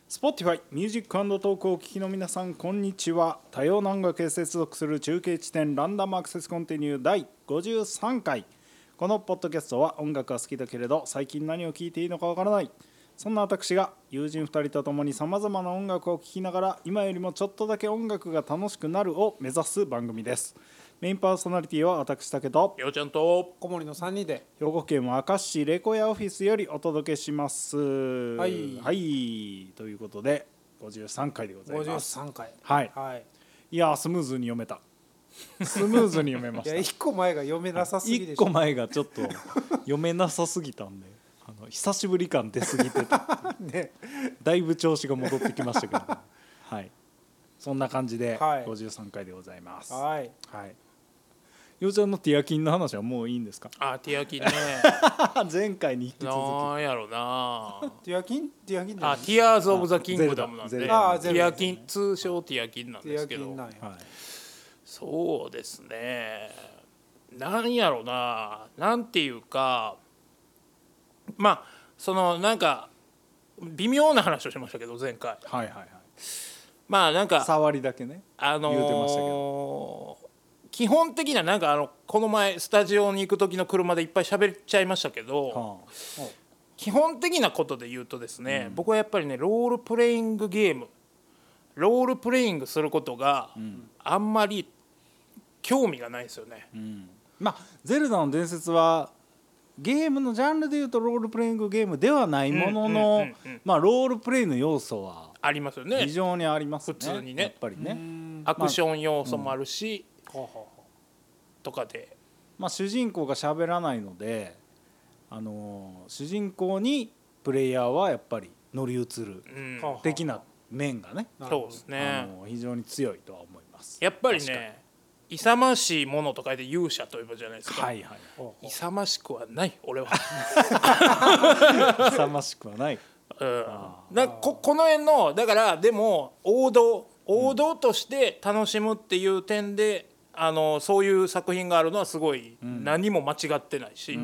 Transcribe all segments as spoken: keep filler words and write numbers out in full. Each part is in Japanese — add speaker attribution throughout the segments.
Speaker 1: Spotify ミュージック&トークをお聞きの皆さん、こんにちは。多様な音楽へ接続する中継地点ランダムアクセスコンティニューだいごじゅうさんかい。このポッドキャストは音楽は好きだけれど最近何を聴いていいのかわからない、そんな私が友人ふたりと共にさまざまな音楽を聴きながら今よりもちょっとだけ音楽が楽しくなるを目指す番組です。メインパーソナリティは私だけど
Speaker 2: ようちゃんと
Speaker 3: 小森のさんにんで
Speaker 1: 兵庫県明石市レコヤオフィスよりお届けします。
Speaker 3: はい、
Speaker 1: はい、ということでごじゅうさんかいでございます。
Speaker 3: ごじゅうさんかい、
Speaker 1: はい、
Speaker 3: はい、
Speaker 1: いやスムーズに読めたスムーズに読めました
Speaker 3: いやいっこまえが読めなさすぎでしょ。
Speaker 1: いっこまえがちょっと読めなさすぎたんであの久しぶり感出すぎてた、ね、だいぶ調子が戻ってきましたけど、ね、はいそんな感じでごじゅうさんかいでございます。
Speaker 3: はい、
Speaker 1: はい、ようちゃんのティアキンの話はもういいんですか？
Speaker 2: あ、ティアキンね
Speaker 1: 前回に引き続き
Speaker 2: なんやろな
Speaker 3: ティアキンティアキン
Speaker 2: あ、ティアーズ・オブ・ザ・キングダムなんでティアキン、通称ティアキンなんですけど、はい、そうですね、なんやろな、なんていうか、まあそのなんか微妙な話をしましたけど前回、
Speaker 1: はいはいはい、
Speaker 2: まあなんか
Speaker 1: 触りだけね、
Speaker 2: あのー、
Speaker 1: 言うてましたけど、
Speaker 2: 基本的ななんかあのこの前スタジオに行く時の車でいっぱい喋っちゃいましたけど、はあ、基本的なことで言うとですね、うん、僕はやっぱりねロールプレイングゲームロールプレイングすることがあんまり興味がないですよね、うん、
Speaker 1: まあゼルダの伝説はゲームのジャンルでいうとロールプレイングゲームではないものの、まあロールプレイの要素は
Speaker 2: ありますよね。
Speaker 1: 非常にありますね。
Speaker 2: 普通にね、
Speaker 1: やっぱりね、
Speaker 2: アクション要素もあるし、まあうん、とかで、
Speaker 1: まあ主人公が喋らないので、あのー、主人公にプレイヤーはやっぱり乗り移る的な面がね、
Speaker 2: うん、そうですね、
Speaker 1: あのー、非常に強いとは思います。
Speaker 2: やっぱりね、勇ましいものと書いて勇者というじゃないですか。
Speaker 1: はいはい、
Speaker 2: 勇ましくはない俺は
Speaker 1: 勇ましくはない、
Speaker 2: うん、だ こ, この辺のだからでも王道王道として楽しむっていう点で、うん、あのそういう作品があるのはすごい何も間違ってないし、うん、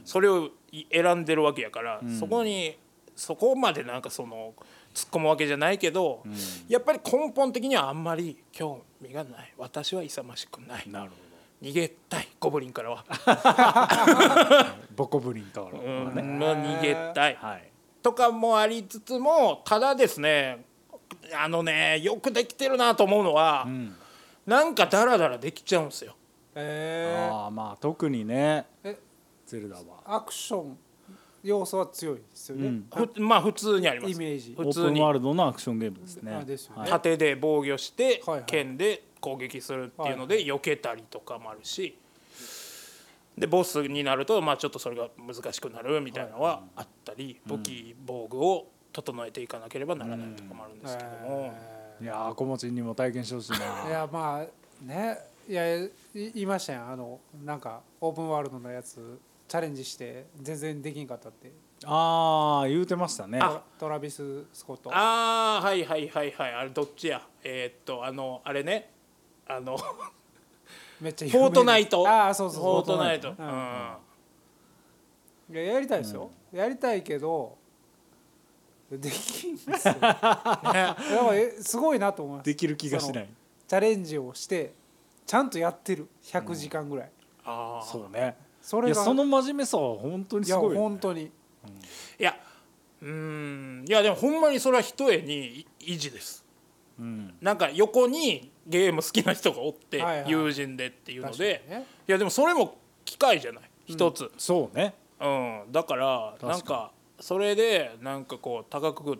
Speaker 2: それを選んでるわけやから、うん、そこにそこまでなんかその突っ込むわけじゃないけど、うん、やっぱり根本的にはあんまり興味がない。私は勇ましくない。
Speaker 1: なるほ
Speaker 2: ど。逃げたいゴブリンからは
Speaker 1: ボコブリンからは、ね、
Speaker 2: うん、逃げたい、はい、とかもありつつも、ただですね、あのねよくできてるなと思うのは、うん、なんかダラダラできちゃうんですよ。
Speaker 1: えー、あまあ特にねゼルダは
Speaker 3: アクション要素は強いですよね、
Speaker 2: うん、まあ普通にあります。
Speaker 3: イメージ
Speaker 1: オープンワールドのアクションゲームですね。
Speaker 3: ですよ
Speaker 2: ね、盾で防御して、はいはい、剣で攻撃するっていうので避けたりとかもあるし、でボスになると、まあ、ちょっとそれが難しくなるみたいなのはあったり、武器防具を整えていかなければならないとかもあるんですけども、
Speaker 1: いや小持ちにも体験してほしいな。
Speaker 3: いやまあね、いや言いましたやん、あのなんかオープンワールドのやつチャレンジして全然できんかったって。
Speaker 1: ああ言うてましたね。
Speaker 3: トラビス・スコット。
Speaker 2: ああはいはいはいはい、あれどっちや、えー、っとあのあれね、あの
Speaker 3: めっちゃ
Speaker 2: フォートナイト。
Speaker 3: ああそうそう、
Speaker 2: フォートナイト、うん
Speaker 3: うん、いややりたいですよ、うん、やりたいけどできんですよだからすごいなと思います。
Speaker 1: できる気がしない。
Speaker 3: チャレンジをしてちゃんとやってるひゃくじかんぐらい、
Speaker 1: うん、ああそうね。
Speaker 3: それが
Speaker 1: いやその真面目さは本当にすごいよね。
Speaker 3: いや本当に、うん、
Speaker 2: いやうーんいやでもほんまにそれは一重に維持です、うん、なんか横にゲーム好きな人がおって、はいはい、友人でっていうので、ね、いやでもそれも機会じゃない一つ、うん、
Speaker 1: そうね、
Speaker 2: うん、だからなんかそれでなんかこう高くくって、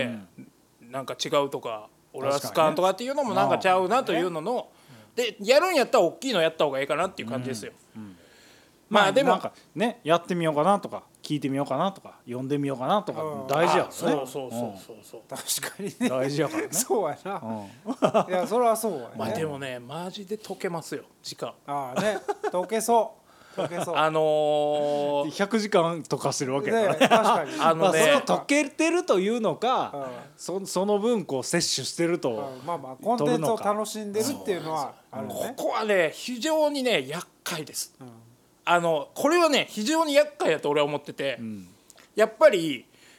Speaker 2: うん、なんか違うとか俺はスカンとかっていうのもなんかちゃうなというのの、でやるんやったら大きいのやった方がいいかなっていう感じですよ、うんうん、
Speaker 1: まあでもなんかねやってみようかなとか聞いてみようかなとか読んでみようかなとか大事やからね。
Speaker 2: そうそうそうそうそう、
Speaker 3: 確かにね
Speaker 1: 大事やからね
Speaker 3: そうやな、うん、いやそれはそうやね。
Speaker 2: まあでもねマジで解けますよ時間。
Speaker 3: ああね解けそう解けそう
Speaker 2: あのー、
Speaker 1: ひゃくじかんとかしてるわけだ
Speaker 3: ね。確かに
Speaker 1: あのね、まあ、それを解けてるというのか、
Speaker 3: うん、
Speaker 1: そ, その分こう摂取してると、
Speaker 3: うん、まあまあコンテンツを楽しんでるっていうのはあるね。
Speaker 2: ここはね非常にね厄介です、うん、あのこれはね非常に厄介だと俺は思ってて、うん、やっぱり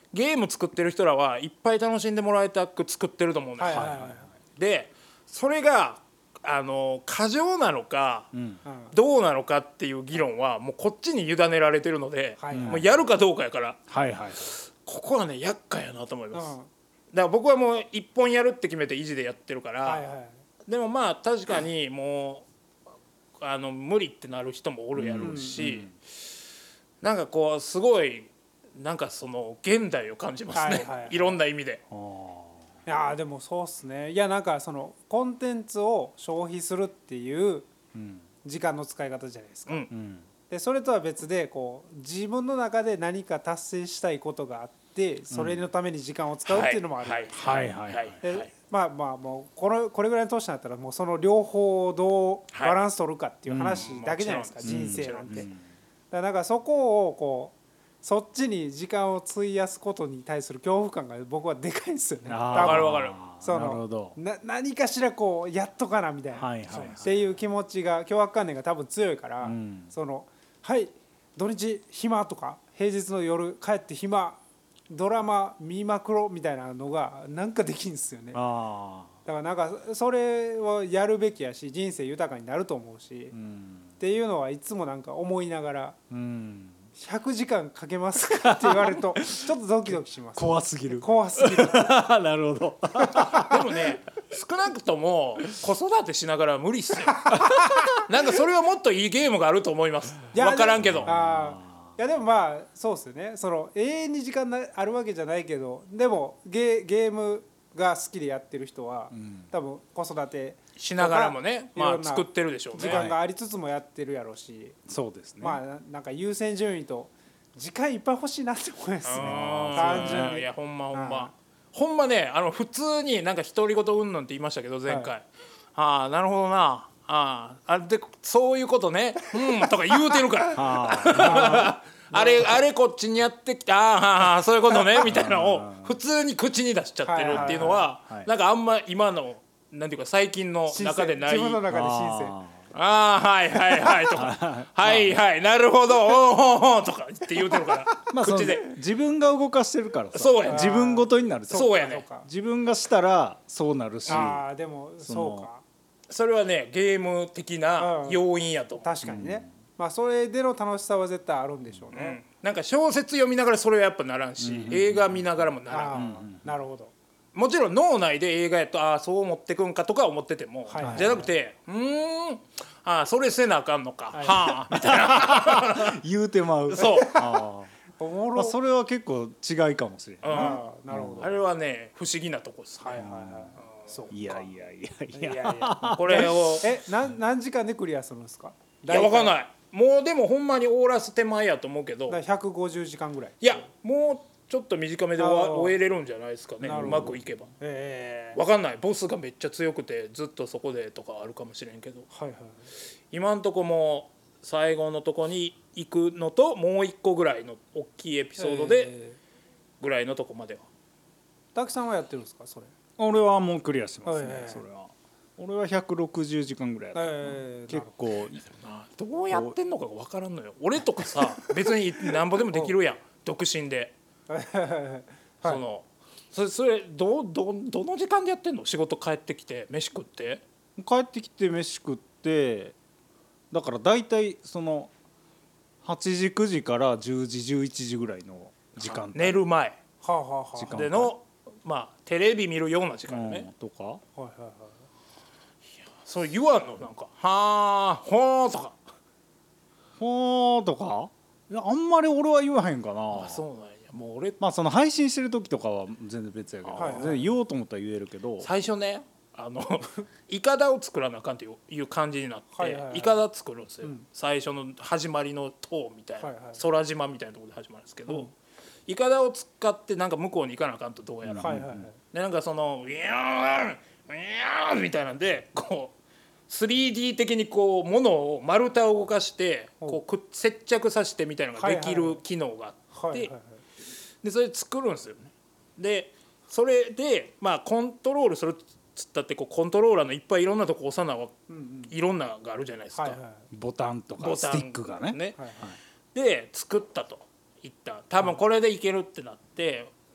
Speaker 2: ゲーム作ってる人らはいっぱい楽しんでもらいたく作ってると思うんですよ、
Speaker 3: はいはいはいはい
Speaker 2: でそれがあの過剰なのか、
Speaker 1: うん
Speaker 3: うん
Speaker 2: どうなのかっていう議論はもうこっちに委ねられてるので、
Speaker 3: はいはい
Speaker 2: もうやるかどうかやから
Speaker 1: はいはい
Speaker 2: ここはね厄介やなと思います、
Speaker 3: うん
Speaker 2: だから僕はもう一本やるって決めて維持でやってるから、
Speaker 3: はいはい
Speaker 2: でもまあ確かにもうあの無理ってなる人もおるやろうし、なんかこうすごいなんかその現代を感じますね、
Speaker 3: はいはいはい
Speaker 2: いろんな意味で。
Speaker 1: あー
Speaker 3: いやーでもそうっすね。いやなんかそのコンテンツを消費するっていう
Speaker 1: うん
Speaker 3: 時間の使い方じゃないですか、
Speaker 2: うん
Speaker 1: うん
Speaker 3: でそれとは別でこう自分の中で何か達成したいことがあってそれのために時間を使うっていうのもある、
Speaker 2: はい
Speaker 1: はいはいはい
Speaker 3: でまあまあもうこれこれぐらいの年になったらもうその両方をどうバランス取るかっていう話だけじゃないですか、
Speaker 2: うん
Speaker 3: 人生なんて、
Speaker 1: うん
Speaker 3: だからなんかそこをこうそっちに時間を費やすことに対する恐怖感が僕はでかいんですよね。
Speaker 1: あー
Speaker 3: 多分
Speaker 2: わかるわかる
Speaker 3: そ
Speaker 1: なるほ
Speaker 3: の
Speaker 1: ど
Speaker 3: な何かしらこうやっとかなみたいな、
Speaker 1: はいはいはい
Speaker 3: っていう気持ちが凶悪観念が多分強いから、
Speaker 1: うん
Speaker 3: そのはい土日暇とか平日の夜帰って暇ドラマ見まくろみたいなのがなんかできんですよね。だか
Speaker 1: あ
Speaker 3: らなんかそれをやるべきやし人生豊かになると思うし、
Speaker 1: ーうん
Speaker 3: っていうのはいつもなんか思いながら
Speaker 1: うん
Speaker 3: ひゃくじかんかけますかって言われるとちょっとドキドキします
Speaker 1: 怖すぎる
Speaker 3: 怖すぎる
Speaker 1: なるほど
Speaker 2: でもね少なくとも子育てしながら無理っすよなんかそれはもっといいゲームがあると思います
Speaker 3: いや
Speaker 2: 分からんけど
Speaker 3: あーいやでもまあそうっすよね。その永遠に時間なあるわけじゃないけどでもゲゲームが好きでやってる人は、
Speaker 1: ん
Speaker 3: 多分子育て
Speaker 2: しながらもね
Speaker 3: いろんな
Speaker 2: まあ作ってるでしょうね
Speaker 3: 時間がありつつもやってるやろうし、
Speaker 1: そうですね
Speaker 3: まあななんか優先順位と時間いっぱい欲しいなって思いますね
Speaker 2: うん
Speaker 3: 単純に。
Speaker 2: いやほんまほん
Speaker 3: うん
Speaker 2: まほんまねあの普通になんか独り言うんぬんって言いましたけど前回、
Speaker 3: は
Speaker 2: ああなるほどなああでそういうことねうんとか言うてるから
Speaker 1: あ
Speaker 2: あれあれこっちにやってきてああはあはあそういうことねみたいなのを普通に口に出しちゃってるっていうのは
Speaker 1: はいはいはい
Speaker 2: なんかあんま今のなんていうか最近の
Speaker 3: 新
Speaker 2: 中でない
Speaker 3: 自分の中で新鮮。
Speaker 1: あ
Speaker 2: ああはいはいはいとかはいはいなるほどおーおーおーとかって言うてるから
Speaker 1: ーまあその
Speaker 2: 口で
Speaker 1: 自分が動かしてるからさ
Speaker 2: そうや
Speaker 1: 自分ごとになると
Speaker 2: そうやね
Speaker 3: か
Speaker 1: 自分がしたらそうなるし
Speaker 3: ああでも
Speaker 1: その
Speaker 3: そうか
Speaker 2: それはねゲーム的な要因やと思う
Speaker 3: 確かにね、まあそれでの楽しさは絶対あるんでしょう
Speaker 2: うん
Speaker 3: ね。
Speaker 2: なんか小説読みながらそれはやっぱならんし、映画見ながらもならん、
Speaker 3: ああ、なるほど。
Speaker 2: もちろん脳内で映画やとああそう思ってくんかとか思ってても、
Speaker 3: はいはいはい
Speaker 2: じゃなくてうーんああそれせなあかんのか、
Speaker 3: はい
Speaker 2: はあみたいな
Speaker 1: 言うてまう
Speaker 2: そう、
Speaker 1: あ
Speaker 3: おもろ。
Speaker 1: ーまあそれは結構違いかもしれない
Speaker 2: うん、
Speaker 3: ああなるほど。
Speaker 2: あれはね不思議なとこです、
Speaker 3: はいはいはい。そうか。
Speaker 1: いやいやいやい
Speaker 3: いや
Speaker 1: や
Speaker 3: いや。
Speaker 2: これを
Speaker 3: え何何時間でクリアするんですか。
Speaker 2: いやわかん
Speaker 3: い。
Speaker 2: ないもうでもほんまにオーラス手前やと思うけど
Speaker 3: だひゃくごじゅうじかんぐらい。
Speaker 2: いやもうちょっと短めで終わ
Speaker 3: あー
Speaker 2: 終えれるんじゃないですかねう
Speaker 3: なるほど
Speaker 2: まくいけば
Speaker 3: ええ
Speaker 2: わかんないボスがめっちゃ強くてずっとそこでとかあるかもしれんけど
Speaker 3: はいはい。
Speaker 2: 今んとこも最後のとこに行くのともう一個ぐらいの大きいエピソードで
Speaker 3: え
Speaker 2: ぐらいのとこまでは
Speaker 3: ー。たくさんはやってるんですかそれ。
Speaker 1: 俺はもうクリアしてますね
Speaker 3: はいはいはい
Speaker 1: それは俺はひゃくろくじゅうじかんぐらいやった
Speaker 3: ええ
Speaker 1: 結構
Speaker 2: どうやってんのかが分からんのよ俺とかさ別になんぼでもできるやん独身で
Speaker 3: はい
Speaker 2: そのそれそれどうどどの時間でやってんの仕事帰ってきて飯食って
Speaker 1: 帰ってきて飯食ってだから大体そのはちじくじからじゅうじじゅういちじぐらいの時間帯
Speaker 2: 寝る前
Speaker 3: はあはあはあ
Speaker 1: 時間
Speaker 2: でのまあテレビ見るような時間
Speaker 1: うん
Speaker 2: ね
Speaker 1: とか
Speaker 3: はいはいはい。
Speaker 2: それ言わんのなんか「はあほー」とか
Speaker 1: ほーとかいやあんまり俺は言わへんかな
Speaker 2: あそうなんやもう俺
Speaker 1: まあその配信してる時とかは全然別やけど、
Speaker 3: はいはい
Speaker 1: 全然言おうと思ったら言えるけど
Speaker 2: 最初ねあのイカダを作らなあかんっていういう感じになって、
Speaker 3: はいはいはい
Speaker 2: イカダ作るんですよ、
Speaker 3: うん
Speaker 2: 最初の始まりの塔みたいな、
Speaker 3: はいはい
Speaker 2: 空島みたいなところで始まるんですけど、
Speaker 3: うん
Speaker 2: イカダを使ってなんか向こうに行かなあかんとどうやら、
Speaker 3: はいはいはい。
Speaker 2: でなんかその「ウィーンウィーン」みたいなんでこう スリーディー 的にこう物を丸太を動かしてこうくっ接着させてみたいなのができる機能があって
Speaker 3: はいはいはい。
Speaker 2: でそれ作るんですよね。でそれでまあコントロールするっつったってこうコントローラーのいっぱいいろんなとこ押さな
Speaker 3: うんうん。
Speaker 2: いろんながあるじゃないですか。
Speaker 3: はいはい
Speaker 1: ボタンとか
Speaker 2: ボタン
Speaker 1: スティックがね
Speaker 2: ね
Speaker 3: はい。
Speaker 2: で作ったと一旦多分これでいけるってなって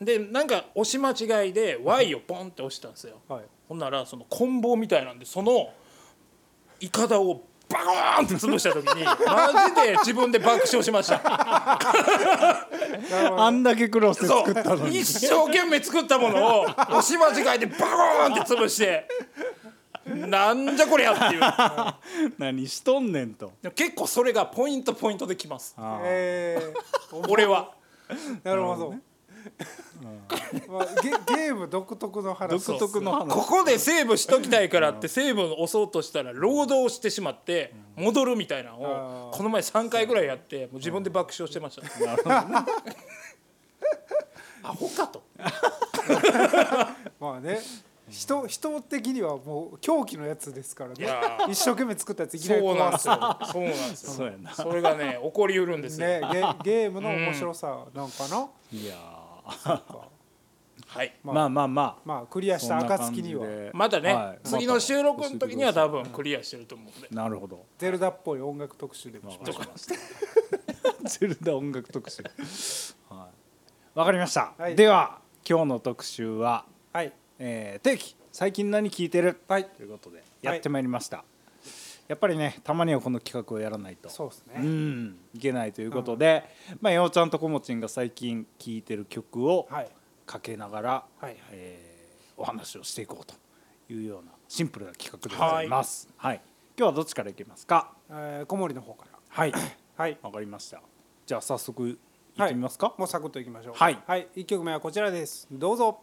Speaker 2: でなんか押し間違いで Y をポンって押したんですよ、
Speaker 3: はい
Speaker 2: ほんならその棍棒みたいなんでそのイカダをバーンって潰した時にマジで自分で爆笑しました
Speaker 1: あんだけ苦労して
Speaker 2: そう
Speaker 1: 作ったのに
Speaker 2: 一生懸命作ったものを押し間違いでバーンって潰してなんじゃこりゃっていう
Speaker 1: 何しとんねんと。
Speaker 2: でも結構それがポイントポイントできます
Speaker 1: あー
Speaker 3: えー、
Speaker 2: 俺は
Speaker 3: なるほど、まあ、ゲ, ゲーム独特の話
Speaker 1: 独特の話。
Speaker 2: ここでセーブしときたいからってセーブを押そうとしたら労働してしまって戻るみたいなのをこの前さんかいぐらいやってもう自分で爆笑してました、
Speaker 1: なるほどね。
Speaker 2: アホかと
Speaker 3: まあね人, 人的にはもう狂気のやつですからね
Speaker 2: いやー
Speaker 3: 一生懸命作ったやついきなり
Speaker 2: そうなん
Speaker 3: 壊
Speaker 2: ですよそうなんですよ
Speaker 1: そうやな。
Speaker 2: それがね起こりうるんですよ、
Speaker 3: ねゲゲームの面白さなんかな、
Speaker 1: いや
Speaker 2: はい
Speaker 1: ーまあまあまあ。
Speaker 3: まあクリアした暁には
Speaker 2: またね、
Speaker 1: はい
Speaker 2: 次の収録の時には多分クリアしてると思うんで、
Speaker 1: なるほど。
Speaker 3: ゼルダっぽい音楽特集でもしましょう
Speaker 1: ゼルダ音楽特集。はい。わかりました。
Speaker 3: はい
Speaker 1: では今日の特集は、
Speaker 3: はい
Speaker 1: えー定期最近何聞いてる
Speaker 3: はい
Speaker 1: ということでやってまいりました。やっぱりねたまにはこの企画をやらないと。
Speaker 3: そうですね、
Speaker 1: うんいけないということで、まあようちゃんとこもちんが最近聴いてる曲を
Speaker 3: はい
Speaker 1: かけながら、
Speaker 3: はいはい
Speaker 1: えーお話をしていこうというようなシンプルな企画でございます。はい。今日はどっちからいきますか。
Speaker 3: えー、小森の方から
Speaker 1: はい。
Speaker 3: はい
Speaker 1: わかりました。じゃあ早速いってみますか。
Speaker 3: もうサクッといきましょう
Speaker 1: はい
Speaker 3: はい、いっきょくめはこちらですどうぞ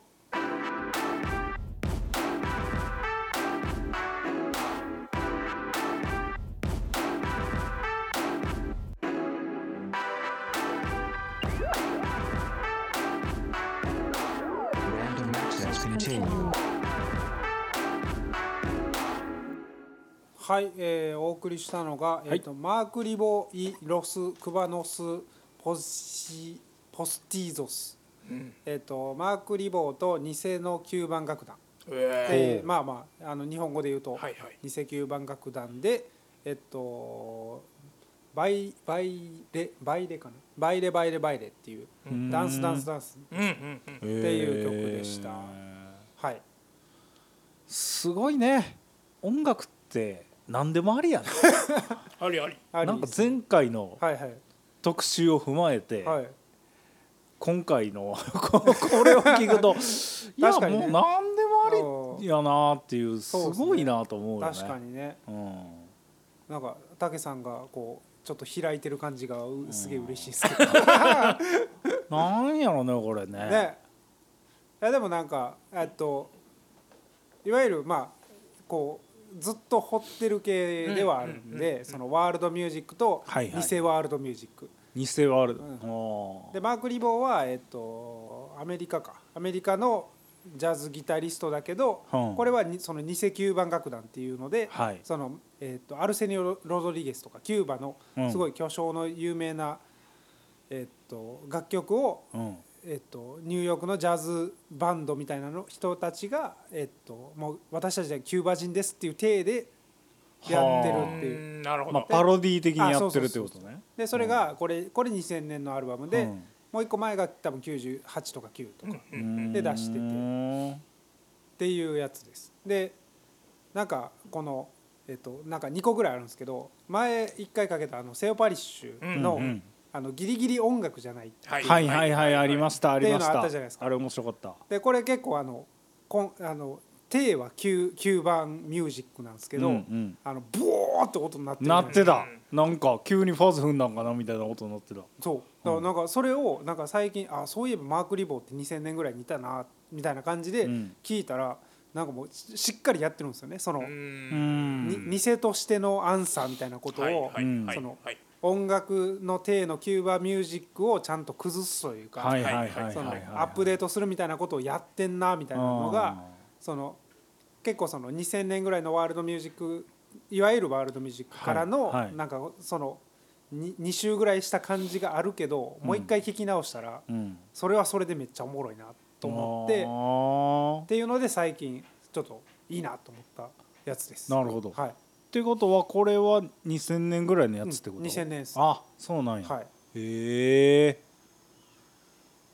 Speaker 3: はい、えー、お送りしたのが、えーとマークリボ・イ・ロス・クバノス・ポシポスティーゾス、
Speaker 2: うん
Speaker 3: えー、とマークリボーと偽のきゅうばん楽団、
Speaker 2: え
Speaker 3: でまあまああの日本語で言うと、
Speaker 2: はいはい
Speaker 3: 偽きゅうばん楽団でえっとバイバイレバイレかなバイレバイレバイレっていう
Speaker 1: うん
Speaker 3: ダンスダンスダンス
Speaker 2: うんうんうん
Speaker 1: って
Speaker 3: いう曲でしたはい
Speaker 1: すごいね。音楽って何でもありやね。
Speaker 2: ありあり
Speaker 3: あり
Speaker 1: なんか前回の
Speaker 3: はいはい
Speaker 1: 特集を踏まえて、
Speaker 3: はい
Speaker 1: 今回のここれを聞くといや
Speaker 3: 確かにね
Speaker 1: もう何でもありやなっていうす
Speaker 3: そうですね
Speaker 1: ごいなと思うよね。
Speaker 3: 確かにね
Speaker 1: うん
Speaker 3: なんか武さんがこうちょっと開いてる感じがうすげえ嬉しいですけど
Speaker 1: なんやろねこれね。
Speaker 3: ねいやでもなんかえっといわゆるまあこうずっと掘ってる系ではあるんでそのワールドミュージックと
Speaker 1: はいはい
Speaker 3: 偽ワールドミュージック
Speaker 1: 偽ワールド。
Speaker 3: うん
Speaker 1: おー
Speaker 3: でマーク・リボーはえっとアメリカかアメリカのジャズギタリストだけど
Speaker 1: うん
Speaker 3: これはにその偽キューバン楽団っていうので
Speaker 1: はい
Speaker 3: そのえっとアルセニオ・ロドリゲスとかキューバの
Speaker 1: うん
Speaker 3: すごい巨匠の有名なえっと楽曲を
Speaker 1: うん
Speaker 3: えっと、ニューヨークのジャズバンドみたいなの人たちが、えっと、もう私たちはキューバ人ですっていう体でやってるっていう
Speaker 2: うんなるほど
Speaker 1: まあパロディ的にやってるってことね。
Speaker 3: でそれがこれこれにせんねんのアルバムで、
Speaker 1: うん
Speaker 3: もう一個前が多分きゅうじゅうはちとかきゅうとか
Speaker 1: うん
Speaker 3: で出してて
Speaker 1: うん
Speaker 3: っていうやつですでなんかこの、えっと、なんかにこぐらいあるんですけど前いっかいかけたあのセオパリッシュの,、
Speaker 1: うんうん
Speaker 3: あのギリギリ音楽じゃない
Speaker 2: はい
Speaker 1: はいはいはいありましたありまし
Speaker 3: っていうのあ
Speaker 1: た。
Speaker 3: ったじゃないですか
Speaker 1: あれ面白かった。
Speaker 3: でこれ結構あのこんあのテはきゅうきゅうばんミュージックなんですけど、
Speaker 1: うんうん
Speaker 3: あのボーって音になってる
Speaker 1: なってた。なんか急にファズ踏んだんかなみたいな音になってた。
Speaker 3: そうだからなんかそれをなんか最近あそういえばマーク・リボーってにせんねんぐらいにいたなみたいな感じで
Speaker 1: うん
Speaker 3: 聞いたらなんかもうししっかりやってるんですよねその、
Speaker 2: う
Speaker 1: うんん
Speaker 3: に偽としてのアンサーみたいなことを、
Speaker 2: はいはいはい
Speaker 3: その
Speaker 2: はい
Speaker 3: 音楽の体のキューバミュージックをちゃんと崩すというか、
Speaker 1: はいはいはいはい
Speaker 3: その
Speaker 1: はい
Speaker 3: アップデートするみたいなことをやってんなみたいなのがその結構そのにせんねんぐらいのワールドミュージックいわゆるワールドミュージックからの
Speaker 1: はいはい
Speaker 3: なんかそのにに週ぐらいした感じがあるけどもう一回聞き直したら
Speaker 1: うん
Speaker 3: それはそれでめっちゃおもろいなと思って
Speaker 1: あ
Speaker 3: っていうので最近ちょっといいなと思ったやつです。
Speaker 1: ーなるほど。
Speaker 3: はい。
Speaker 1: ってことはこれはにせんねんぐらいのやつってこと？
Speaker 3: うんにせんねんです。
Speaker 1: あそうなんや。
Speaker 3: はい。
Speaker 1: へえ。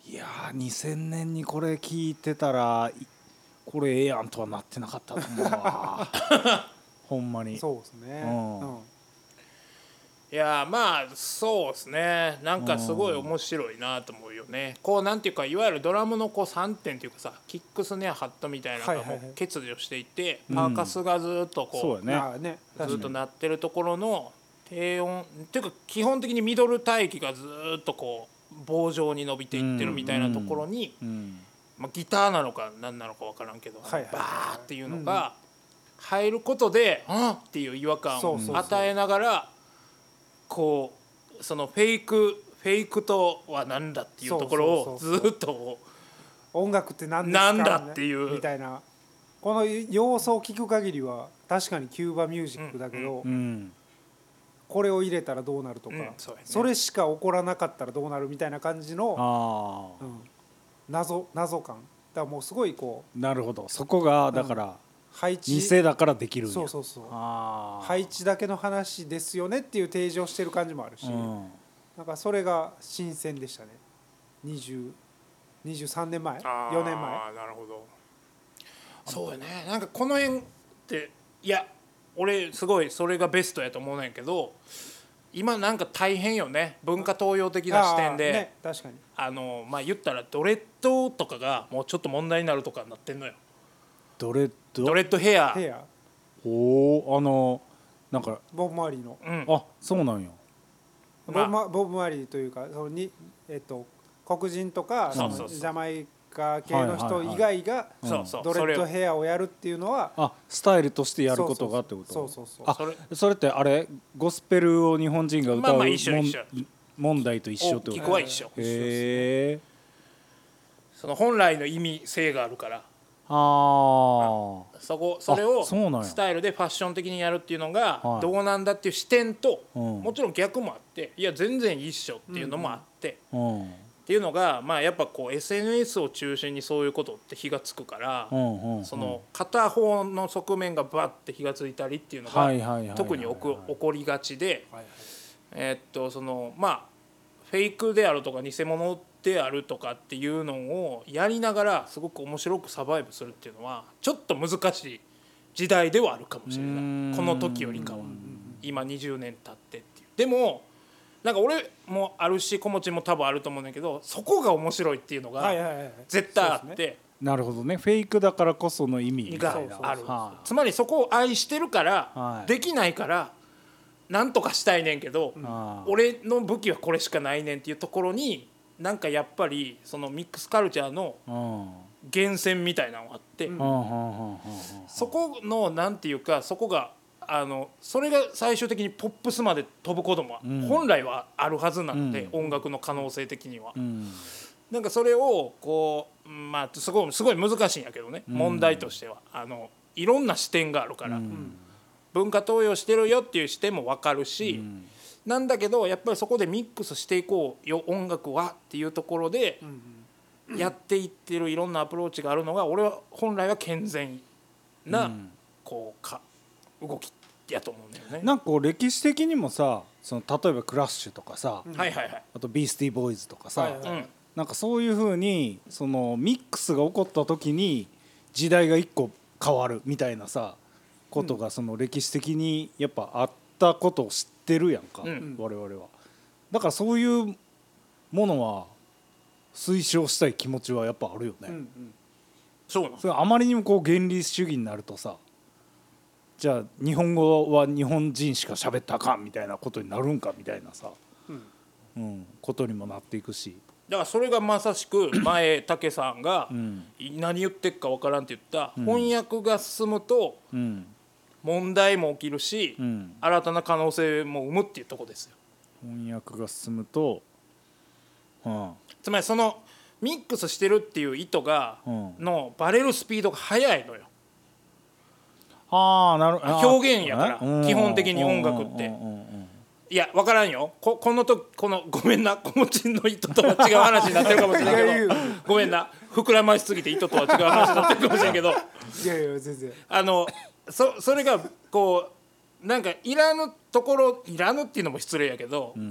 Speaker 1: いやーにせんねんにこれ聞いてたらいこれええやんとはなってなかったと思うわほんまに
Speaker 3: そうですね、
Speaker 1: うん
Speaker 3: うん
Speaker 2: いやまあそうですねなんかすごい面白いなと思うよね。こうなんていうかいわゆるドラムのこうさんてんっていうかさキックスネアハットみたいなのがも
Speaker 3: はいはいはいう
Speaker 2: 欠如していて、
Speaker 1: うん
Speaker 2: パーカスがずっとこう
Speaker 1: そうやね
Speaker 3: ああね
Speaker 2: ずっと鳴ってるところの低音っていうか基本的にミドル帯域がずっとこう棒状に伸びていってるみたいなところに、
Speaker 1: うん
Speaker 2: まあ、ギターなのか何なのか分からんけど、
Speaker 3: はいはいはい
Speaker 2: バーっていうのが入ることで、うん、っていう違和感を
Speaker 3: そうそうそう
Speaker 2: 与えながらこうそのフェイクフェイクとは何だっていうところを
Speaker 3: そうそう
Speaker 2: ずっと
Speaker 3: 音楽って何ですか
Speaker 2: なんだっていう
Speaker 3: みたいなこの要素を聞く限りは確かにキューバミュージックだけど、
Speaker 1: うん
Speaker 3: これを入れたらどうなるとか、
Speaker 2: うんそうやね
Speaker 3: それしか起こらなかったらどうなるみたいな感じの、
Speaker 1: あ
Speaker 3: うん、謎謎感だからもうすごいこう
Speaker 1: あなるほどそこがだから
Speaker 3: 配置
Speaker 1: 偽だからできるんや
Speaker 3: そうそうそう
Speaker 1: ああ
Speaker 3: 配置だけの話ですよねっていう提示をしてる感じもあるし、
Speaker 1: うん
Speaker 3: なんかそれが新鮮でしたねにじゅう、にじゅうさんねんまえ
Speaker 2: あー
Speaker 3: よねんま
Speaker 2: なるほどそうやねなんかこの辺っていや俺すごいそれがベストやと思うねんけど今なんか大変よね文化東洋的
Speaker 3: え
Speaker 2: な視点であ、
Speaker 3: ね、確かに
Speaker 2: のまあ言ったらドレッドとかがもうちょっと問題になるとかになってんのよ
Speaker 1: ドレッド
Speaker 2: ドレッドヘア
Speaker 3: ヘア
Speaker 1: おおあのなんか
Speaker 3: ボブ・マーリーの
Speaker 2: うん
Speaker 1: あそうなんや
Speaker 3: ボ
Speaker 2: まあ
Speaker 3: ブマボブ・マーリーというかそのに、えっと、黒人とか
Speaker 2: そうそうそう
Speaker 3: ジャマイカ系の人以外が
Speaker 2: そうそう
Speaker 3: ドレッドヘアをやるっていうのは
Speaker 1: あスタイルとしてやることがってこと
Speaker 3: そうそうそう
Speaker 1: あ
Speaker 2: それ
Speaker 1: それってあれゴスペルを日本人が歌う
Speaker 2: まあまあ一緒
Speaker 1: もん
Speaker 2: 一緒
Speaker 1: 問題と一緒って
Speaker 2: 大き
Speaker 1: こと
Speaker 2: くは一緒
Speaker 1: へえ
Speaker 2: その本来の意味性があるから
Speaker 1: あ
Speaker 2: そこそれを
Speaker 1: あそうなんや
Speaker 2: スタイルでファッション的にやるっていうのが
Speaker 1: はい
Speaker 2: どうなんだっていう視点と、
Speaker 1: うん
Speaker 2: もちろん逆もあっていや全然いいっしょっていうのもあって、
Speaker 1: あうん
Speaker 2: っていうのがまあやっぱこう エスエヌエス を中心にそういうことって火がつくから、
Speaker 1: うんうん
Speaker 2: その片方の側面がバッて火がついたりっていうのが
Speaker 1: はいはいはいはいはい
Speaker 2: 特に起こ起こりがちで、
Speaker 3: はいはい
Speaker 2: えーっとそのまあフェイクであるとか偽物であるとかっていうのをやりながらすごく面白くサバイブするっていうのはちょっと難しい時代ではあるかもしれ
Speaker 1: うー
Speaker 2: なんいこの時よりかは今にじゅうねん経ってっていうでもなんか俺もあるし小持も多分あると思うんだけどそこが面白いっていうのが
Speaker 3: はいはいはい
Speaker 2: 絶対あ
Speaker 3: そうですね
Speaker 2: って
Speaker 1: なるほどねフェイクだからこその意味みた
Speaker 2: が
Speaker 1: いな
Speaker 2: ある
Speaker 1: は
Speaker 2: つまりそこを愛してるから
Speaker 1: はい
Speaker 2: できないからなんとかしたいねんけど
Speaker 1: あー
Speaker 2: 俺の武器はこれしかないねんっていうところになんかやっぱりそのミックスカルチャーの
Speaker 1: うん
Speaker 2: 源泉みたいなのがあって、
Speaker 3: うん
Speaker 1: はんはんはんはん
Speaker 2: そこのなんていうかそこがあのそれが最終的にポップスまで飛ぶことも
Speaker 1: うん
Speaker 2: 本来はあるはずなので、
Speaker 1: う
Speaker 2: 音楽の可能性的には、
Speaker 1: うん
Speaker 2: なんかそれをこうまあすごいすごい難しいんやけどね、
Speaker 1: うん
Speaker 2: 問題としてはあのいろんな視点があるから、
Speaker 1: うん
Speaker 2: 文化投与してるよっていう視点も分かるし、
Speaker 1: うん
Speaker 2: なんだけどやっぱりそこでミックスしていこうよ音楽はっていうところで
Speaker 3: うんうん
Speaker 2: やっていってるいろんなアプローチがあるのが俺は本来は健全な
Speaker 1: うん
Speaker 2: こうか動きやと思うんだよね。
Speaker 1: なんかこう歴史的にもさその例えばクラッシュとかさ、
Speaker 2: はいはいはい。
Speaker 1: あとビースティーボーイズとかさ、
Speaker 3: はいはい
Speaker 2: うん
Speaker 1: なんかそういう風にそのミックスが起こった時に時代が一個変わるみたいなさことがその歴史的にやっぱあったことを知ってるやんか、
Speaker 2: うん
Speaker 1: 我々は。だからそういうものは推奨したい気持ちはやっぱあるよね。
Speaker 3: うんうん
Speaker 2: そうなん
Speaker 1: それあまりにもこう原理主義になるとさじゃあ日本語は日本人しか喋ったらあかんみたいなことになるんかみたいなさ、
Speaker 3: うん
Speaker 1: うん、ことにもなっていくし、
Speaker 2: だからそれがまさしく前武さんが
Speaker 1: うん
Speaker 2: 何言ってっか分からんって言った
Speaker 1: うん
Speaker 2: 翻訳が進むと
Speaker 1: うん
Speaker 2: 問題も起きるし
Speaker 1: うん、
Speaker 2: 新たな可能性も生むっていうところですよ。
Speaker 1: 翻訳が進むと、うん
Speaker 2: つまりそのミックスしてるっていう意図が
Speaker 1: うん、
Speaker 2: のバレるスピードが速いのよ。
Speaker 1: ああなるあー
Speaker 2: 表現やから
Speaker 1: うん
Speaker 2: 基本的に音楽って
Speaker 1: うんうんうんうん
Speaker 2: いや分からんよ こ, このとこのごめんな小持ちの意図とは違う話になってるかもしれない
Speaker 3: いやいや
Speaker 2: けどごめんな膨らましすぎて意図とは違う話になってるかもしれんけど
Speaker 3: いやいや全然
Speaker 2: あの そ, それがこうなんかいらぬところいらぬっていうのも失礼やけど、
Speaker 1: うん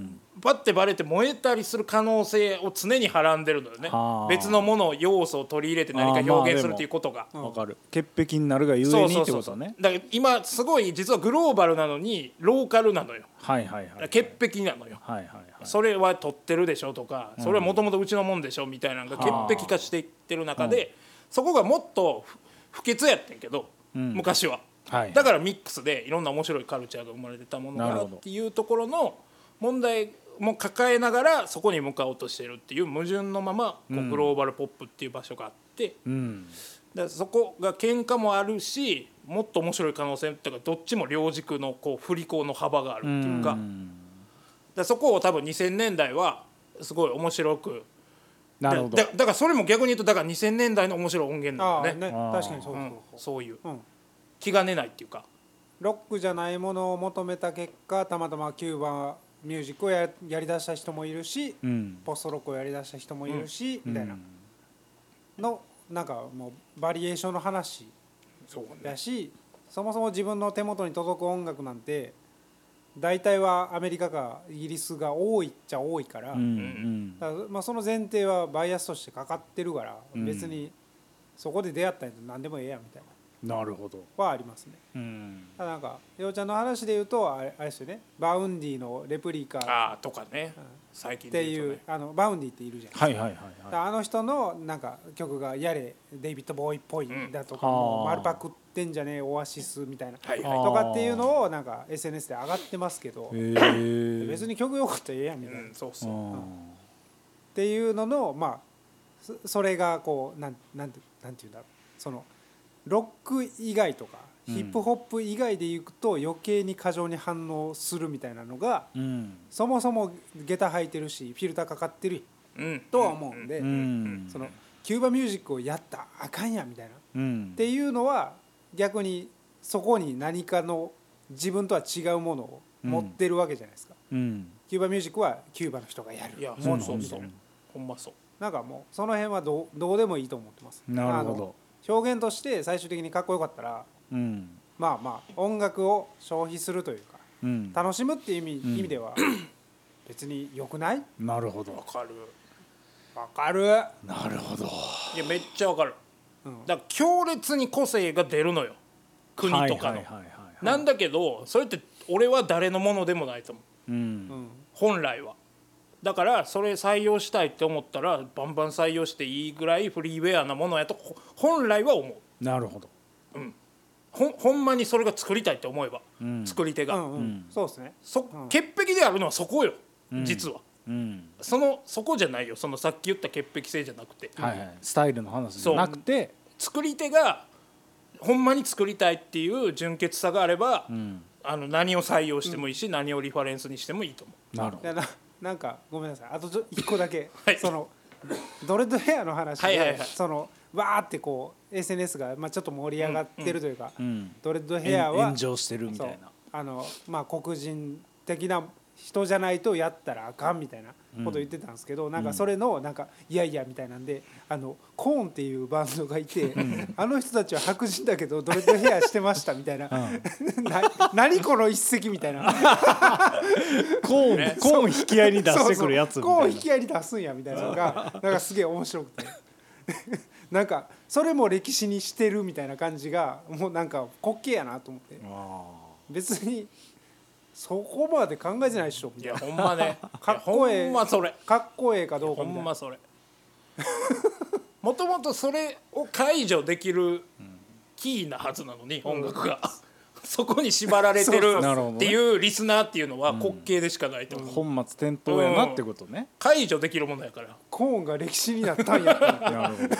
Speaker 2: パッてバレて燃えたりする可能性を常にはらんでるのよね
Speaker 1: はあ
Speaker 2: 別のもの要素を取り入れて何か表現するっていうことが、
Speaker 1: わかる潔癖になるがゆえにってことね
Speaker 2: だから今すごい実はグローバルなのにローカルなのよ
Speaker 1: はいはいはい
Speaker 2: 潔癖なのよ
Speaker 1: はいはいはい
Speaker 2: それは取ってるでしょとかそれはもともとうちのもんでしょみたいなのが潔癖化していってる中でそこがもっと不不潔やってんけど
Speaker 1: うん
Speaker 2: 昔は
Speaker 1: はい
Speaker 2: だからミックスでいろんな面白いカルチャーが生まれてたものが
Speaker 1: なるほど
Speaker 2: っていうところの問題も抱えながらそこに向かおうとしてるっていう矛盾のままこうグローバルポップっていう場所があって
Speaker 1: うん
Speaker 2: だからそこが喧嘩もあるしもっと面白い可能性っていうかどっちも両軸のこう振り子の幅があるっていうかだからそこを多分にせんねんだいはすごい面白く
Speaker 1: なるほど
Speaker 2: だだからそれも逆に言うとだからにせんねんだいの面白い音源
Speaker 3: ああ
Speaker 2: なんだよね
Speaker 3: ね
Speaker 1: あー
Speaker 3: 確かにそうそう
Speaker 2: うん
Speaker 3: そう、
Speaker 2: そういう
Speaker 3: うん、
Speaker 2: 気兼ねないっていうか
Speaker 3: ロックじゃないものを求めた結果たまたまキューバミュージックをややりだした人もいるし
Speaker 1: うん
Speaker 3: ポストロックをやりだした人もいるし、みたいな
Speaker 1: うん
Speaker 3: のなんかもうバリエーションの話
Speaker 2: そう
Speaker 3: やしそもそも自分の手元に届く音楽なんて大体はアメリカかイギリスが多いっちゃ多いから,、
Speaker 1: うんうん
Speaker 3: だからまあその前提はバイアスとしてかかってるから、
Speaker 1: うん
Speaker 3: 別にそこで出会ったんやったら何でもええやんみたいな
Speaker 1: なるほど
Speaker 3: はありますね。
Speaker 1: うん
Speaker 3: ただなんかようちゃんの話で言うとあれあれですよねバウンディのレプリカっ
Speaker 2: ああとかね最近
Speaker 3: ていう
Speaker 2: で言うとね
Speaker 3: あのバウンディっているじゃん、
Speaker 1: はいはいはい
Speaker 3: だか
Speaker 1: は
Speaker 3: らあの人のなんか曲がやれデイビッド・ボーイっぽいだとか、
Speaker 1: うん
Speaker 3: もう
Speaker 1: はあ
Speaker 3: 丸パクってんじゃねえオアシスみたいな、
Speaker 2: はい
Speaker 1: はい
Speaker 3: とかっていうのをなんか エスエヌエス で上がってますけど、
Speaker 1: いへえ
Speaker 3: 別に曲よかったらええやんみたいな、っ
Speaker 2: うんそうそう
Speaker 1: うん
Speaker 3: ていうののまあそそれがこうなんなんてなんていうんだろうそのロック以外とか
Speaker 1: うん
Speaker 3: ヒップホップ以外でいくと余計に過剰に反応するみたいなのが
Speaker 1: うん
Speaker 3: そもそも下駄履いてるしフィルターかかってる
Speaker 2: うん
Speaker 3: とは思うんで、
Speaker 1: うん
Speaker 3: そのキューバミュージックをやったらあかんやみたいなっ
Speaker 1: うん
Speaker 3: ていうのは逆にそこに何かの自分とは違うものを持ってるわけじゃないですか、
Speaker 1: うん
Speaker 3: キューバミュージックはキューバの人がやる
Speaker 2: いや
Speaker 3: もの
Speaker 2: そうそうそう
Speaker 3: みたいな
Speaker 2: ほんまそう
Speaker 3: なんかもうその辺はどうどうでもいいと思ってます
Speaker 1: なるほど
Speaker 3: あの表現として最終的にかっこよかったら
Speaker 1: うん
Speaker 3: まあまあ音楽を消費するというか
Speaker 1: うん
Speaker 3: 楽しむっていう意味,、
Speaker 1: うん
Speaker 3: 意味では別に良くない
Speaker 1: なるほど
Speaker 2: わかる
Speaker 3: わかる、
Speaker 1: なるほど
Speaker 2: いやめっちゃわかる
Speaker 3: うん、
Speaker 2: だから強烈に個性が出るのよ国とかの
Speaker 1: はいはいはいはい
Speaker 2: なんだけどそれって俺は誰のものでもないと思う
Speaker 1: うん
Speaker 3: うん
Speaker 2: 本来はだからそれ採用したいって思ったらバンバン採用していいぐらいフリーウェアなものやとほ本来は思う
Speaker 1: なるほど
Speaker 2: ほんほんまにそれが作りたいって思えば、
Speaker 1: うん
Speaker 2: 作り手が、
Speaker 3: うんうん
Speaker 1: うん
Speaker 3: そうですね
Speaker 2: そ
Speaker 3: うん
Speaker 2: 潔癖であるのはそこよ、
Speaker 1: うん
Speaker 2: 実は
Speaker 1: うん
Speaker 2: そのそこじゃないよそのさっき言った潔癖性じゃなくて、
Speaker 1: はいはいスタイルの話じゃなくて
Speaker 2: 作り手がほんまに作りたいっていう純潔さがあれば、
Speaker 1: うん
Speaker 2: あの何を採用してもいいし、何をリファレンスにしてもいいと思
Speaker 1: なるほど
Speaker 3: いやななんかごめんなさいあとちょ一個だけ、
Speaker 2: はい
Speaker 3: そのドレッドヘアの話で、
Speaker 2: はいはいはい
Speaker 3: そのわーってこう エスエヌエス が、まあ、ちょっと盛り上がってるというか、
Speaker 1: うん
Speaker 3: ドレッドヘアは
Speaker 1: 炎上してるみたいな
Speaker 3: あの、まあ、黒人的な人じゃないとやったらあかんみたいなこと言ってたんですけど、なんかそれのなんかいやいやみたいなんであのコーンっていうバンドがいて、あの人たちは白人だけどドレッドヘアしてましたみたいな、な何この一石みたいな
Speaker 1: コーン、
Speaker 2: ね
Speaker 1: コーン引き合いに出してくるやつみたいな
Speaker 3: そうそうコーン引き合いに出すんやみたいなのがなんかすげえ面白くてなんかそれも歴史にしてるみたいな感じがもうなんか滑稽やなと思って
Speaker 1: あ
Speaker 3: 別にそこまで考えてないでしょみ
Speaker 2: うい
Speaker 3: たいな
Speaker 2: やほんまね
Speaker 3: かっこええ
Speaker 2: ほんまそれ
Speaker 3: かっこええかどう
Speaker 2: ほ
Speaker 3: かみたいな
Speaker 2: んまそれもともとそれを解除できるキーなはずなのに、音楽がそこに縛られてる
Speaker 1: そうそう
Speaker 2: っていうリスナーっていうのは滑稽でしかないと思う、
Speaker 1: ー本末転倒やなってことね、
Speaker 2: 解除できるものやから
Speaker 3: コーンが歴史になったんやと思って
Speaker 1: なるほど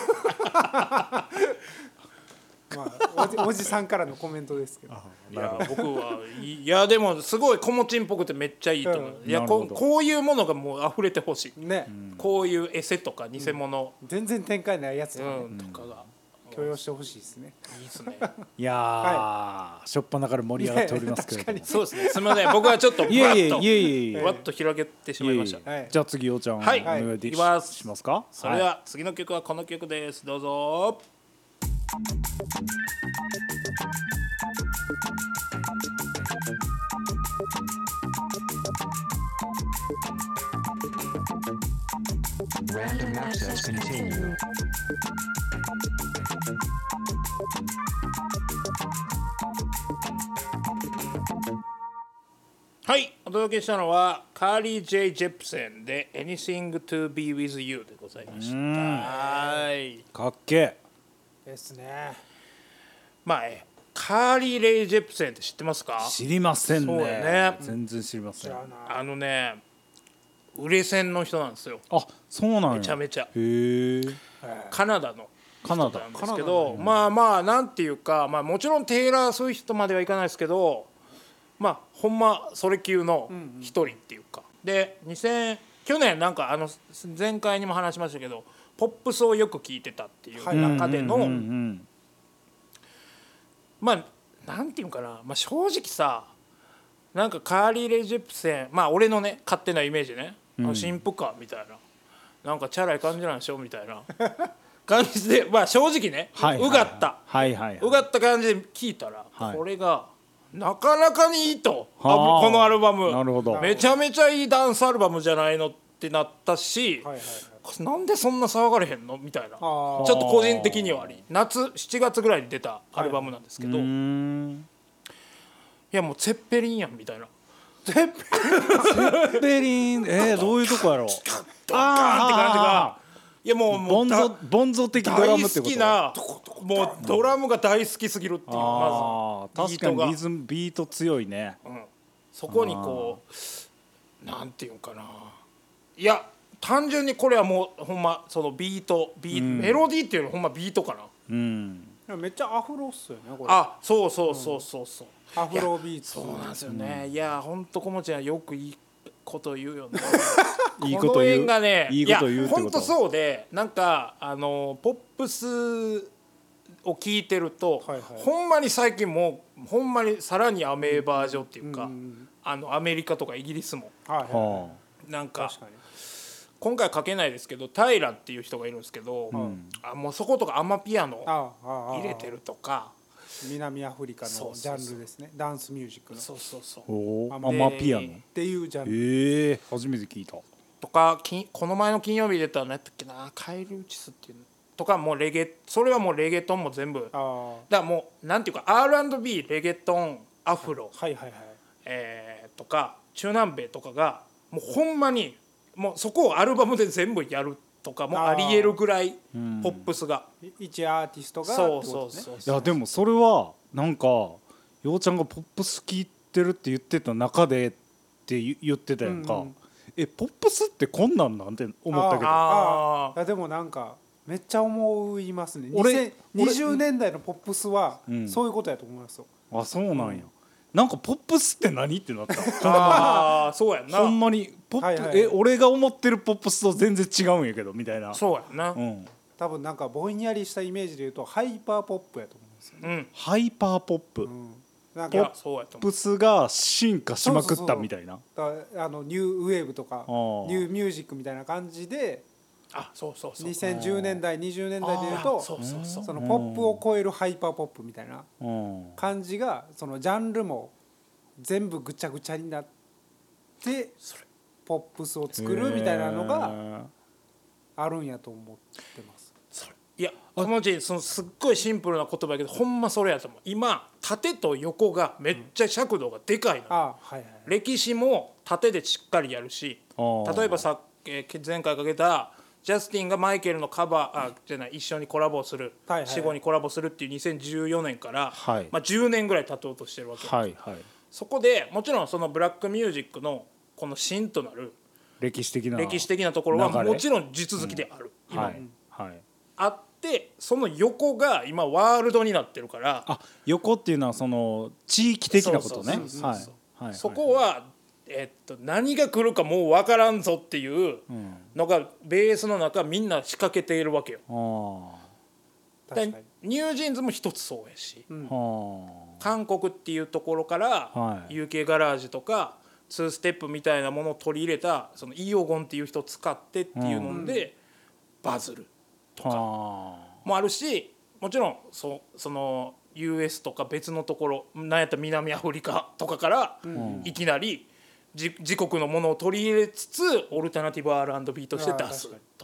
Speaker 3: まあおじおじさんからのコメントですけど
Speaker 2: いや僕はいいやでもすごい子持ちんっぽくてめっちゃいいと思う、
Speaker 3: うん
Speaker 2: いや
Speaker 1: なるほど
Speaker 2: ここういうものがもう溢れてほしい、
Speaker 3: ね、
Speaker 2: こういうエセとか偽物、
Speaker 3: 全然展開ないやつとかね、
Speaker 2: うんとかが
Speaker 3: 許容してほしいですね
Speaker 2: いいですね
Speaker 1: いやー、しょっぱなから盛り上がっておりますけれども、
Speaker 2: そうですねすみません僕はちょっと
Speaker 1: いえいえ
Speaker 2: バッと
Speaker 1: いえいえいえ
Speaker 2: ふわっと広げてしまいました
Speaker 1: いえいえ
Speaker 3: はい
Speaker 1: じゃあ次おちゃん、
Speaker 2: はい
Speaker 1: お願いで
Speaker 2: いきます
Speaker 1: しますか。
Speaker 2: それでは次の曲はこの曲ですどうぞ
Speaker 4: access continue.
Speaker 2: はい、お届けしたのはカーリー・ジェイ・ジェプセンで Anything to be with you でございました。はい。
Speaker 1: かっけえ。
Speaker 3: ですね。
Speaker 2: まあえカーリー・レイ・ジェプセンって知ってますか？
Speaker 1: 知りませんね。
Speaker 2: そうやね
Speaker 1: 全然知りません。
Speaker 3: じゃあな。
Speaker 2: あのね、売れ線の人なんですよ。
Speaker 1: あ、そうなんや。
Speaker 2: めちゃめちゃ。
Speaker 1: へえ。
Speaker 2: カナダの
Speaker 1: カナダ
Speaker 2: なんですけど、まあまあなんていうか、まあもちろんテイラー・スウィフトまではいかないですけど、まあほんまそれ級の一人っていうか、でにせん去年なんかあの前回にも話しましたけど、ポップスをよく聞いてたっていう中での、
Speaker 1: うんうんうんうん
Speaker 2: まあなんていうかな、まあ、正直さなんかカーリー・レイ・ジェプセン、まあ俺のね勝手なイメージね、あの新婦かみたいな、なんかチャラい感じなんでしょみたいな感じで、まあ正直ね、
Speaker 1: はいはいはいう
Speaker 2: がった
Speaker 1: はいはいはい。
Speaker 2: うがった感じで聞いたら、
Speaker 1: はい
Speaker 2: これがなかなかにいいと、
Speaker 1: はあ
Speaker 2: このアルバム
Speaker 1: なるほど。
Speaker 2: めちゃめちゃいいダンスアルバムじゃないのってなったし、
Speaker 3: はいはいはい。
Speaker 2: なんでそんな騒がれへんのみたいな、ち
Speaker 3: あ
Speaker 2: ょっ
Speaker 3: ー
Speaker 2: と個人的にはあり、夏しちがつぐらいに出たアルバムなんですけど、
Speaker 1: うー
Speaker 2: い
Speaker 1: ん。
Speaker 2: やもうツェッペリンやんみたいな、
Speaker 1: ベリン、えー、どういうとこやろう。
Speaker 2: ドカーンって感じが、いやもうもうだ
Speaker 1: ボンゾボンゾ的ドラ
Speaker 2: 大
Speaker 1: ムってこと。
Speaker 2: 好きな、もうドラムが大好きすぎるっていう、
Speaker 1: ああ、
Speaker 2: まず
Speaker 1: 確かにリ
Speaker 2: ビートが
Speaker 1: ズムビート強いね。
Speaker 2: そこにこうなんていうんかな、いや単純にこれはもうほんまそのビートビー、メロディーっていうよりほんまビートかな。
Speaker 1: うん。
Speaker 3: めっちゃアフロっすよねこれ。
Speaker 2: あ、そうそうそうそうそう、
Speaker 3: アフロビーツ。
Speaker 2: そうなんですよね、いやほんとこもちゃんよくいいこと言うよね
Speaker 1: いい
Speaker 2: この
Speaker 1: こと言う。
Speaker 2: 辺がね、
Speaker 1: いいこと言う
Speaker 2: や
Speaker 1: ってこと。
Speaker 2: ほんとそうで、なんかあのポップスを聞いてると、
Speaker 3: はいはい
Speaker 2: ほんまに最近もうほんまにさらにアメーバージョンっていうか、
Speaker 3: うん
Speaker 2: あのアメリカとかイギリスも
Speaker 3: はいはい。
Speaker 1: は
Speaker 2: なんか
Speaker 3: 確かに。
Speaker 2: 今回書けないですけどタイラっていう人がいるんですけど、あもうそことかアマピアノ
Speaker 3: ああああ。
Speaker 2: 入れてるとか、
Speaker 3: 南アフリカ
Speaker 2: そう
Speaker 3: のジ
Speaker 2: そうそう
Speaker 3: ャンルですね。ダンスミュージックの。
Speaker 2: そうそうそう
Speaker 1: あ。おお。
Speaker 3: あ
Speaker 1: アマピアノ。
Speaker 3: っていうジャンル。
Speaker 1: ええ、初めて聞いた。
Speaker 2: とかきこの前の金曜日出た何やったっけな、カイル・ウチスっていうのとか、もうレゲそれはもうレゲトンも全部だか
Speaker 3: あ
Speaker 2: らもうなんていうか アールアンドビー レゲトンアフロ、
Speaker 3: あ。はいはいはい。
Speaker 2: えーとか中南米とかがもうほんまにもうそこをアルバムで全部やるとかもありえるぐらいポップスが、
Speaker 3: い一アーティストがって
Speaker 2: そう
Speaker 3: ことですね。
Speaker 2: そうそう
Speaker 1: いやでもそれはなんかようちゃんがポップス聞いてるって言ってた中でって言言ってたやんか、
Speaker 3: うんうん
Speaker 1: えポップスってこんなんなんて思ったけど
Speaker 2: あ
Speaker 3: ああ。でもなんかめっちゃ思いますね。
Speaker 1: 俺
Speaker 3: にせんにじゅうねんだいのポップスは
Speaker 1: うん
Speaker 3: そういうことやと思いますよ。
Speaker 1: あそうなんや、なんかポップスって何ってなった
Speaker 2: あーそうやんな
Speaker 1: ほんまにポップ、
Speaker 3: はいはい
Speaker 1: え俺が思ってるポップスと全然違うんやけどみたいな
Speaker 2: そうやんな、
Speaker 1: う、ん、
Speaker 3: 多分なんかぼんやりしたイメージで言うとハイパーポップやと思うんですよね。
Speaker 2: うん、
Speaker 1: ハイパーポップ、
Speaker 3: うんなん
Speaker 2: いや
Speaker 3: か
Speaker 2: そうやと思
Speaker 1: ポップスが進化しまくったみたいな。
Speaker 3: だあのニューウェーブとか
Speaker 1: あー
Speaker 3: ニューミュージックみたいな感じで
Speaker 2: う、あそうそうそう
Speaker 3: にせんじゅうねんだいにじゅうねんだいで言う
Speaker 2: あ
Speaker 3: と
Speaker 2: そうそうそう
Speaker 3: そのポップを超えるハイパーポップみたいな
Speaker 1: うん
Speaker 3: 感じがそのジャンルも全部ぐちゃぐちゃになってポップスを作るみたいなのがあるんやと思ってます。
Speaker 2: それいやこの字そのすっごいシンプルな言葉やけどほんまそれやと思う。今縦と横がめっちゃ尺度がでかいの、
Speaker 3: ああはいはい
Speaker 2: 歴史も縦でしっかりやるし、
Speaker 1: あー
Speaker 2: 例えばさ、えー前回かけたジャスティンがマイケルのカバーあじゃない一緒にコラボする、
Speaker 3: はいはい
Speaker 2: 死後にコラボするっていうにせんじゅうよねんから、
Speaker 1: はい
Speaker 2: まあ、じゅうねんぐらい経とうとしてるわけ、
Speaker 1: はいはい
Speaker 2: そこでもちろんそのブラックミュージックのこの芯となる
Speaker 1: 歴史的な
Speaker 2: 歴史的なところは
Speaker 1: 流れ
Speaker 2: もちろん地続きである、今も、
Speaker 1: はいはい
Speaker 2: あってその横が今ワールドになってるから
Speaker 1: あ横っていうのはその地域的なことね
Speaker 2: そうそうそうそう
Speaker 1: はいはいはい
Speaker 2: そこは、えっと、何が来るかもう分からんぞっていうのがベースの中みんな仕掛けているわけよ。
Speaker 1: あ
Speaker 3: 確か
Speaker 2: でニュージーンズも一つそうやし、
Speaker 1: ーは
Speaker 2: 韓国っていうところから、
Speaker 1: はい
Speaker 2: ユーケー ガラージとかツーステップみたいなものを取り入れたそのイーオゴンっていう人を使ってっていうので、バズる
Speaker 1: あは
Speaker 2: もあるし、もちろんそその ユーエス とか別のところなんやったら南アフリカとかからいきなり自自国のものを取り入れつつオルタナティブ アールアンドビー として出すとか
Speaker 1: あ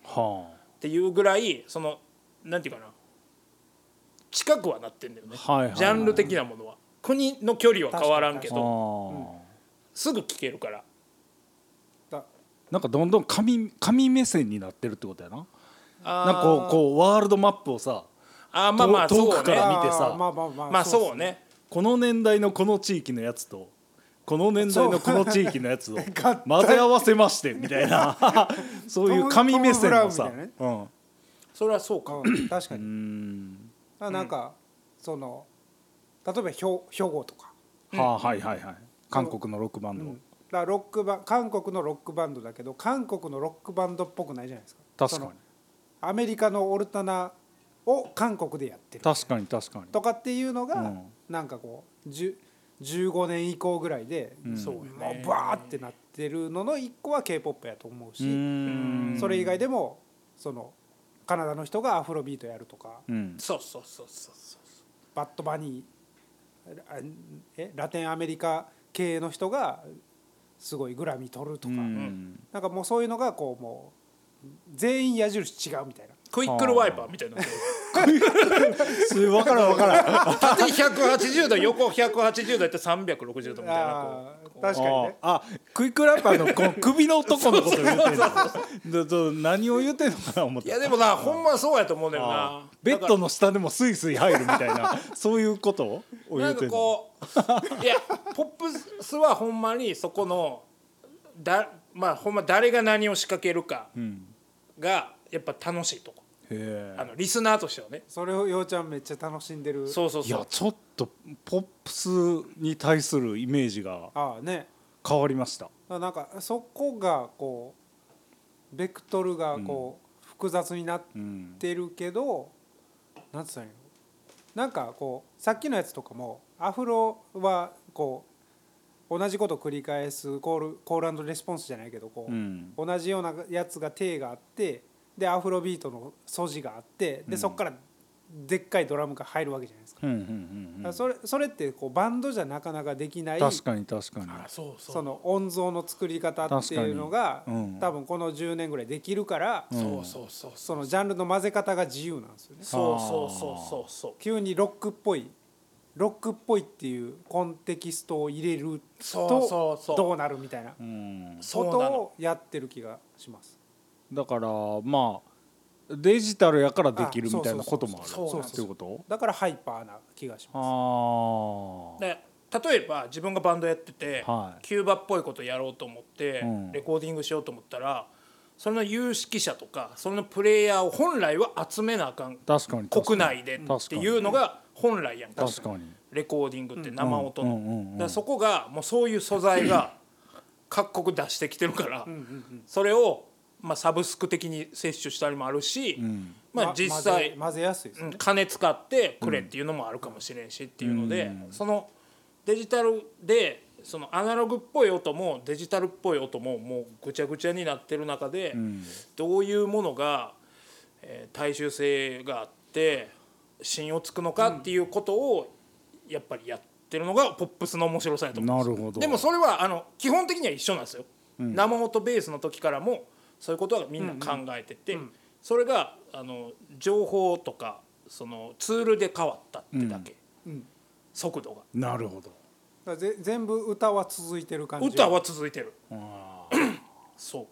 Speaker 1: は
Speaker 2: っていうぐらいそのなんていうかな近くはなってんだよね、
Speaker 1: はいはいはい、
Speaker 2: ジャンル的なものは国の距離は変わらんけ
Speaker 1: あ、
Speaker 2: ど、
Speaker 1: うん、
Speaker 2: すぐ聞けるから
Speaker 3: だ
Speaker 1: なんかどんどん神神目線になってるってことやな。
Speaker 2: あ
Speaker 1: なんかこう、こうワールドマップをさ
Speaker 2: あまあまあ
Speaker 1: 遠く
Speaker 2: そうね
Speaker 1: から見てさ、
Speaker 3: まあまあまあ
Speaker 2: まあそうね
Speaker 1: この年代のこの地域のやつとこの年代のこの地域のやつを
Speaker 3: 合体
Speaker 1: 混ぜ合わせましてみたいなそういう神目線のさ、
Speaker 3: トムブラウンみたいなね
Speaker 1: うん
Speaker 2: それはそうか、
Speaker 3: うん確か
Speaker 1: う
Speaker 3: に
Speaker 1: ん
Speaker 3: あなんかその例えば兵兵庫とか、
Speaker 1: はあ、はいはいはい、韓国のロックバンド、
Speaker 3: うん、だからロックバン韓国のロックバンドだけど韓国のロックバンドっぽくないじゃないですか。
Speaker 1: 確かに
Speaker 3: そのアメリカのオルタナを韓国でやってる
Speaker 1: 確かに確かに
Speaker 3: とかっていうのが、
Speaker 1: うん
Speaker 3: なんかこうじゅじゅうごねん以降ぐらいで、
Speaker 1: うん
Speaker 2: そうよ
Speaker 3: も
Speaker 2: ね
Speaker 3: うバーってなってるのの一個は K-ポップ やと思うし、
Speaker 1: うん
Speaker 3: それ以外でもそのカナダの人がアフロビートやるとか、
Speaker 1: うん
Speaker 2: そうそうそうそうそう
Speaker 3: バッドバニーあえラテンアメリカ系の人がすごいグラミー取るとか、
Speaker 1: うん
Speaker 3: なんかもうそういうのがこうもう全員矢印違うみたいな。
Speaker 2: クイックルワイパーみたいな
Speaker 1: 分からん分からん
Speaker 2: 縦ひゃくはちじゅうど横ひゃくはちじゅうどやってさんびゃくろくじゅうどみたいなこ
Speaker 3: あー確かにね。
Speaker 1: ああクイックラッパーのこの首のとこのこと言ってんのどど何を言ってんのかな思っ
Speaker 2: うい
Speaker 1: て。
Speaker 2: やでもなほんまそうやと思うんだよな
Speaker 1: あベッドの下でもスイスイ入るみたいなそういうことを
Speaker 2: なんか
Speaker 1: 言ってんの。
Speaker 2: こういやポップスはほんまにそこのだまあほんま誰が何を仕掛けるか
Speaker 1: うん
Speaker 2: がやっぱ楽しいとこ
Speaker 1: へ
Speaker 2: あのリスナーとしてはね
Speaker 3: それをようちゃんめっちゃ楽しんでる。
Speaker 1: え。い
Speaker 2: そうそうそう
Speaker 1: やちょっとポップスに対するイメージが
Speaker 3: ああね。
Speaker 1: 変わりました。
Speaker 3: なんかそこがこうベクトルがこう複雑になっ
Speaker 1: うん
Speaker 3: てるけど、なんつったらいいの、なんかこうさっきのやつとかもアフロはこう同じことを繰り返すコールコール&レスポンスじゃないけどこう、
Speaker 1: うん
Speaker 3: 同じようなやつが定があってでアフロビートの素地があってでそこからでっかいドラムが入るわけじゃないですか。
Speaker 1: うんうんうん
Speaker 3: だからそれそれってこうバンドじゃなかなかできない
Speaker 1: 確かに確かに。
Speaker 2: あそうそう
Speaker 3: その音像の作り方っていうのが、
Speaker 1: 確かにうん
Speaker 3: 多分このじゅうねんぐらいできるから、
Speaker 1: うん
Speaker 2: そうそうそう
Speaker 3: そのジャンルの混ぜ方が自由なんですよね。
Speaker 2: そうそうそうそうそう
Speaker 3: 急にロックっぽいロックっぽいっていうコンテキストを入れる
Speaker 2: そう
Speaker 3: と
Speaker 2: そうそう
Speaker 3: どうなるみたいな
Speaker 1: うん
Speaker 3: こと
Speaker 2: そうなの
Speaker 3: をやってる気がします。
Speaker 1: だからまあデジタルやからできるみたいな
Speaker 3: あ
Speaker 1: こともある
Speaker 2: そうそうそう
Speaker 1: っていうこと。
Speaker 3: だからハイパーな気がします。
Speaker 1: ああ。
Speaker 2: で例えば自分がバンドやってて、
Speaker 1: はい
Speaker 2: キューバっぽいことやろうと思って、
Speaker 1: うん
Speaker 2: レコーディングしようと思ったらその有識者とかそのプレイヤーを本来は集めなあかん
Speaker 1: 確かに確かに
Speaker 2: 国内でっていうのが本来やんか
Speaker 1: 確かに。
Speaker 2: レコーディングって生音の、
Speaker 1: うんうんうんうん
Speaker 2: だからそこがもうそういう素材が各国出してきてるから、
Speaker 3: うんうんうん
Speaker 2: それをまあサブスク的に摂取したりもあるし、
Speaker 1: うん
Speaker 2: まあ実際
Speaker 3: 混ぜ混ぜやすいですね。
Speaker 2: うん金使ってくれっていうのもあるかもしれんしっていうので、
Speaker 1: うん
Speaker 2: そのデジタルでそのアナログっぽい音もデジタルっぽい音ももうぐちゃぐちゃになってる中で、
Speaker 1: うん
Speaker 2: どういうものが、えー大衆性があって芯をつくのかっていうことをやっぱりやってるのがポップスの面白さやと思うんですよ。
Speaker 1: なるほど
Speaker 2: でもそれはあの基本的には一緒なんですよ、
Speaker 1: うん
Speaker 2: 生音ベースの時からもそういうことはみんな考えてて、
Speaker 3: うんうん
Speaker 2: それがあの情報とかそのツールで変わったってだけ、
Speaker 3: うん
Speaker 2: 速度が
Speaker 1: なるほど。
Speaker 3: だからぜ全部歌は続いてる感じ。
Speaker 2: 歌は続いてる
Speaker 1: あー
Speaker 2: そう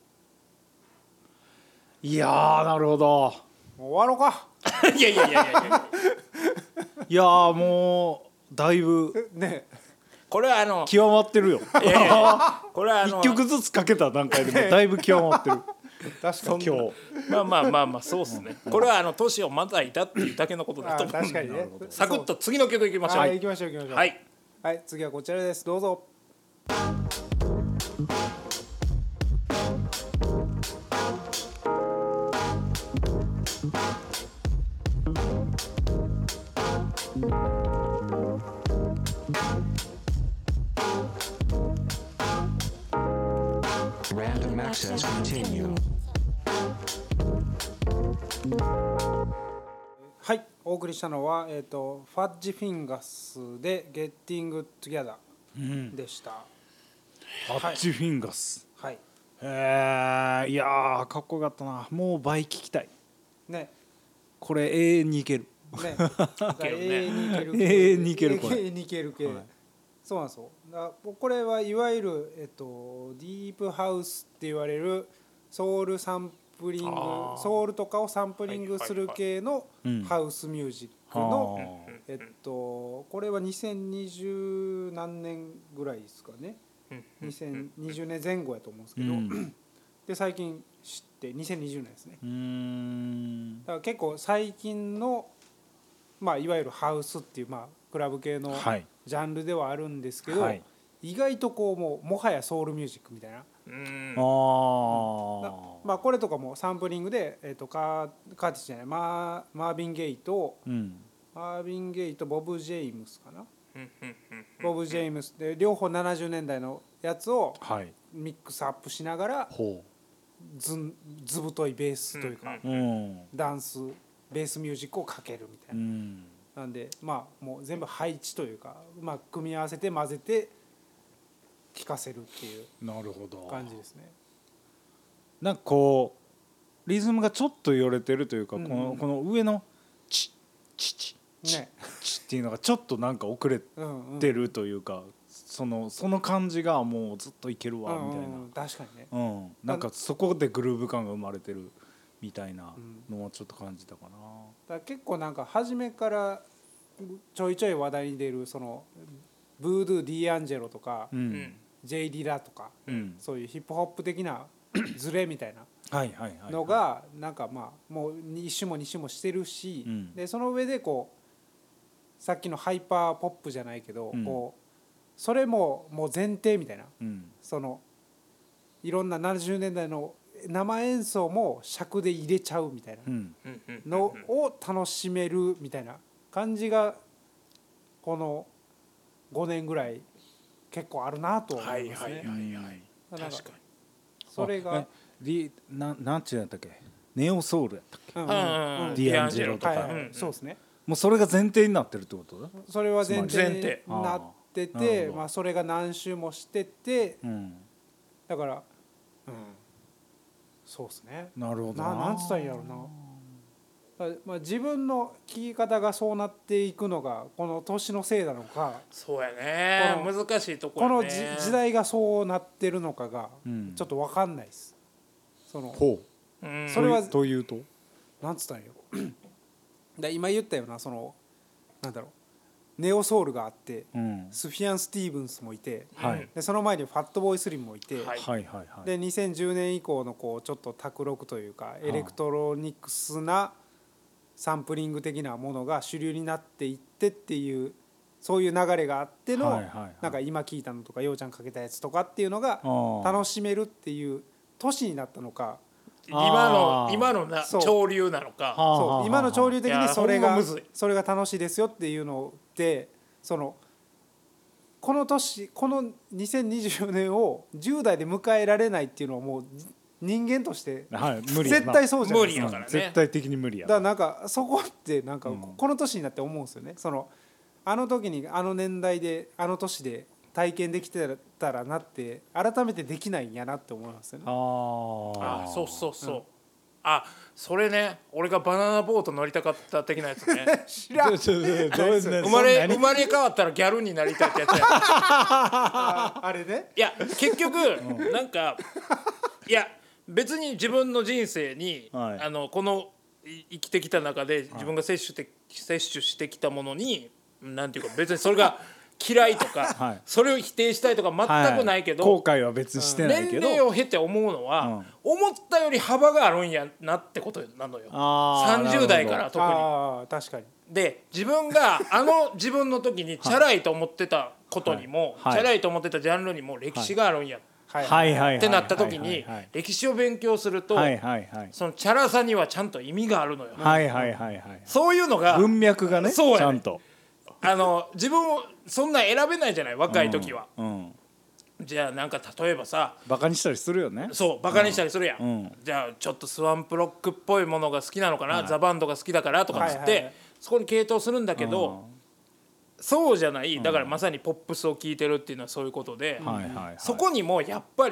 Speaker 1: いやーなるほど。
Speaker 3: もう終わろうか。
Speaker 2: いやいやいやいやいや
Speaker 1: いやーもうだいぶ
Speaker 3: ね。
Speaker 2: これはあの
Speaker 1: 極まってるよ。
Speaker 2: いやいやいやこれはあの
Speaker 1: 一曲ずつかけた段階でもだいぶ極まってる。
Speaker 3: 確かに。
Speaker 1: 今日。
Speaker 2: まあまあまあまあそうですねこれはあの年をまたいたっていうだけのことだ
Speaker 3: あ
Speaker 2: と思う
Speaker 3: 確かにね。
Speaker 2: サクッと次の曲いきましょう
Speaker 3: はい、行きましょう行きましょう。
Speaker 2: はい
Speaker 3: はい、次はこちらです。どうぞ。
Speaker 4: Random access continue.
Speaker 3: はい、お送りしたのはえっ、とファッジフィンガスで Getting Together
Speaker 1: うん。
Speaker 3: でした。
Speaker 1: ハッチフィンガス。
Speaker 3: はい。
Speaker 1: へえ、いやーかっこよかったな。もう倍聞きたい。
Speaker 3: ね
Speaker 1: これ永遠にいける。
Speaker 3: ね
Speaker 2: けるね
Speaker 3: 永遠にいける系
Speaker 1: 永遠にいけるこれ
Speaker 3: 永遠にいける系、
Speaker 1: はい
Speaker 3: そうなんですよ。だからこれはいわゆる、えっと、ディープハウスって言われるソウルサンプリング
Speaker 2: あー
Speaker 3: ソウルとかをサンプリングする系の
Speaker 1: うん
Speaker 3: ハウスミュージック
Speaker 1: は
Speaker 3: の、
Speaker 1: あ
Speaker 3: えっと、これはにせんにじゅう何年ぐらいですかね。にせんにじゅうねんぜん後やと思うんですけど、
Speaker 1: うん
Speaker 3: で最近知ってにせんにじゅうねんですね。
Speaker 1: うーん
Speaker 3: だから結構最近の、まあ、いわゆるハウスっていう、まあ、クラブ系の
Speaker 1: はい
Speaker 3: ジャンルではあるんですけど、
Speaker 1: はい
Speaker 3: 意外とこうもうもはやソウルミュージックみたいな、
Speaker 2: うん
Speaker 1: あー
Speaker 3: なまあ、これとかもサンプリングで、えー、とカーカーティスじゃないマーマービン・ゲイと
Speaker 1: うん
Speaker 3: マービン・ゲイとボブ・ジェイムスかな
Speaker 2: うんうんうん
Speaker 3: ボブ・ジェイムスで両方ななじゅうねんだいのやつを
Speaker 1: はい
Speaker 3: ミックスアップしながら
Speaker 1: ほ
Speaker 3: ずんずぶといベースというか、
Speaker 1: ううん
Speaker 3: ダンスベースミュージックをかけるみたいうな、
Speaker 1: ん
Speaker 3: なんでまあもう全部配置というか、まあ、組み合わせて混ぜて聴かせるっていう
Speaker 1: なるほど。
Speaker 3: 感じですね。
Speaker 1: なんかこうリズムがちょっとよれてるというか、
Speaker 3: うんうん
Speaker 1: このこの上のチッチッチッチッ
Speaker 3: ね
Speaker 1: チッっていうのがちょっとなんか遅れ
Speaker 3: うんうん
Speaker 1: てるというか、そのその感じがもうずっといけるわみたいな、
Speaker 3: うんうん確かにね。
Speaker 1: うん、なんかそこでグルーヴ感が生まれてるみたいなのをちょっと感じたかな。
Speaker 3: だから結構なんか初めからちょいちょい話題に出るそのブードゥ・ディアンジェロとか、
Speaker 1: うん
Speaker 2: うん
Speaker 3: ジェイ・ディラとか、
Speaker 1: うん
Speaker 3: そういうヒップホップ的なズレみたいな
Speaker 1: はいはいはい
Speaker 3: のがなんかまあもう一種も二種もしてるし、
Speaker 1: うん
Speaker 3: でその上でこうさっきのハイパーポップじゃないけど、
Speaker 1: うん
Speaker 3: こうそれももう前提みたいな、
Speaker 1: うん
Speaker 3: そのいろんなななじゅうねんだいの生演奏も尺で入れちゃうみたいな
Speaker 1: うん
Speaker 2: うんうん
Speaker 3: のを楽しめるみたいな感じがこのごねんぐらい結構あるなと思
Speaker 2: はいい
Speaker 3: ますね。
Speaker 2: はいはいはい
Speaker 3: なんか
Speaker 2: 確かに
Speaker 3: それが
Speaker 1: あえリななんちゅうやったっけ、ネオソウルやったっけ。
Speaker 3: うん
Speaker 2: うんうんうん
Speaker 1: ディアンジェロとか
Speaker 3: はいはい
Speaker 2: うんうん
Speaker 3: そうですね。
Speaker 1: もうそれが前提になってるってことだ。
Speaker 3: それは前提に
Speaker 2: 前提
Speaker 3: なって
Speaker 1: あーなるほど
Speaker 3: てまあそれが何周もしてて
Speaker 1: うん、
Speaker 3: だからうんそうですね。
Speaker 1: なるほど
Speaker 3: ななんつったらいいんやろうな。だからまあ自分の聴き方がそうなっていくのがこの年のせいなのか
Speaker 2: そうやね
Speaker 3: この
Speaker 2: 難しいとこ
Speaker 3: この
Speaker 2: ろね
Speaker 3: じ時代がそうなってるのかが
Speaker 1: うん
Speaker 3: ちょっと分かんないです。その
Speaker 1: ほう
Speaker 2: うん
Speaker 3: それは
Speaker 1: というと
Speaker 3: なんつったんよだ今言ったようなそのなんだろうネオソウルがあって
Speaker 1: うん
Speaker 3: スフィアン・スティーブンスもいて
Speaker 1: はい
Speaker 3: でその前にファットボーイ・スリムもいて、
Speaker 2: はい
Speaker 1: はいはいはい
Speaker 3: でにせんじゅうねん以降のこうちょっと卓録というかエレクトロニクスなサンプリング的なものが主流になっていってっていうそういう流れがあっての、
Speaker 1: はいはいはい
Speaker 3: なんか今聞いたのとかようちゃんかけたやつとかっていうのが
Speaker 1: あー
Speaker 3: 楽しめるっていう年になったのか
Speaker 2: 今の
Speaker 1: あー
Speaker 2: 今のな
Speaker 3: そう
Speaker 2: 潮流なのか
Speaker 1: はあはあはあ
Speaker 3: そう今の潮流的にそれが
Speaker 2: いやほんまむずい
Speaker 3: それが楽しいですよっていうのでそのこの年このにせんにじゅうねんをじゅう代で迎えられないっていうのはもう人間として
Speaker 1: はい無理やな
Speaker 3: 絶対そうじゃないですか。
Speaker 2: 無理やからね
Speaker 1: 絶対的に無理や
Speaker 3: だからなんかそこってなんか
Speaker 1: うん
Speaker 3: この年になって思うんですよね。そのあの時にあの年代であの年で体験できてたらなって改めてできないんやなって思いますよね。
Speaker 1: あー
Speaker 2: あそうそうそう、あそれね俺がバナナボート乗りたかった的なやつね
Speaker 3: 知らん
Speaker 1: ちょちょちょどういう
Speaker 2: 生まれ
Speaker 1: そんなに
Speaker 2: 生まれ変わったらギャルになりたいってやつや
Speaker 3: ああれね。
Speaker 2: いや結局なんかいや別に自分の人生に、
Speaker 1: はい
Speaker 2: あのこのい生きてきた中で自分が摂取て、摂取してきたものになんていうか別にそれが嫌いとか、
Speaker 1: はい
Speaker 2: それを否定したいとか全くないけど、
Speaker 1: 後悔は別にしてない
Speaker 2: 年
Speaker 1: けど
Speaker 2: 齢を経て思うのは、思ったより幅があるんやなってことなのよ
Speaker 1: あー
Speaker 2: さんじゅう代から特に。
Speaker 3: ああ確かに。
Speaker 2: で自分があの自分の時にチャラいと思ってたことにも、
Speaker 1: はいはい
Speaker 2: チャラいと思ってたジャンルにも歴史があるんや、
Speaker 3: はい
Speaker 1: はいはいはい
Speaker 2: ってなった時に
Speaker 1: はいはい
Speaker 2: 歴史を勉強すると、
Speaker 1: はいはいはい
Speaker 2: そのチャラさにはちゃんと意味があるのよ、
Speaker 1: はいはいはいはい
Speaker 2: そういうのが
Speaker 1: 文脈がね
Speaker 2: そうやね
Speaker 1: ちゃんと
Speaker 2: あの自分をそんな選べないじゃない若い時は、
Speaker 1: うん
Speaker 2: じゃあなんか例えばさ
Speaker 1: バカにしたりするよね
Speaker 2: そうバカにしたりするやん、
Speaker 1: うん
Speaker 2: じゃあちょっとスワンプロックっぽいものが好きなのかな、
Speaker 1: はい
Speaker 2: ザ・バンドが好きだからとかっつって、
Speaker 3: はいはいはい
Speaker 2: そこに傾倒するんだけど、そうじゃないだからまさにポップスを聴いてるっていうのはそういうことで、
Speaker 1: うんはいはいはい
Speaker 2: そこにもやっぱり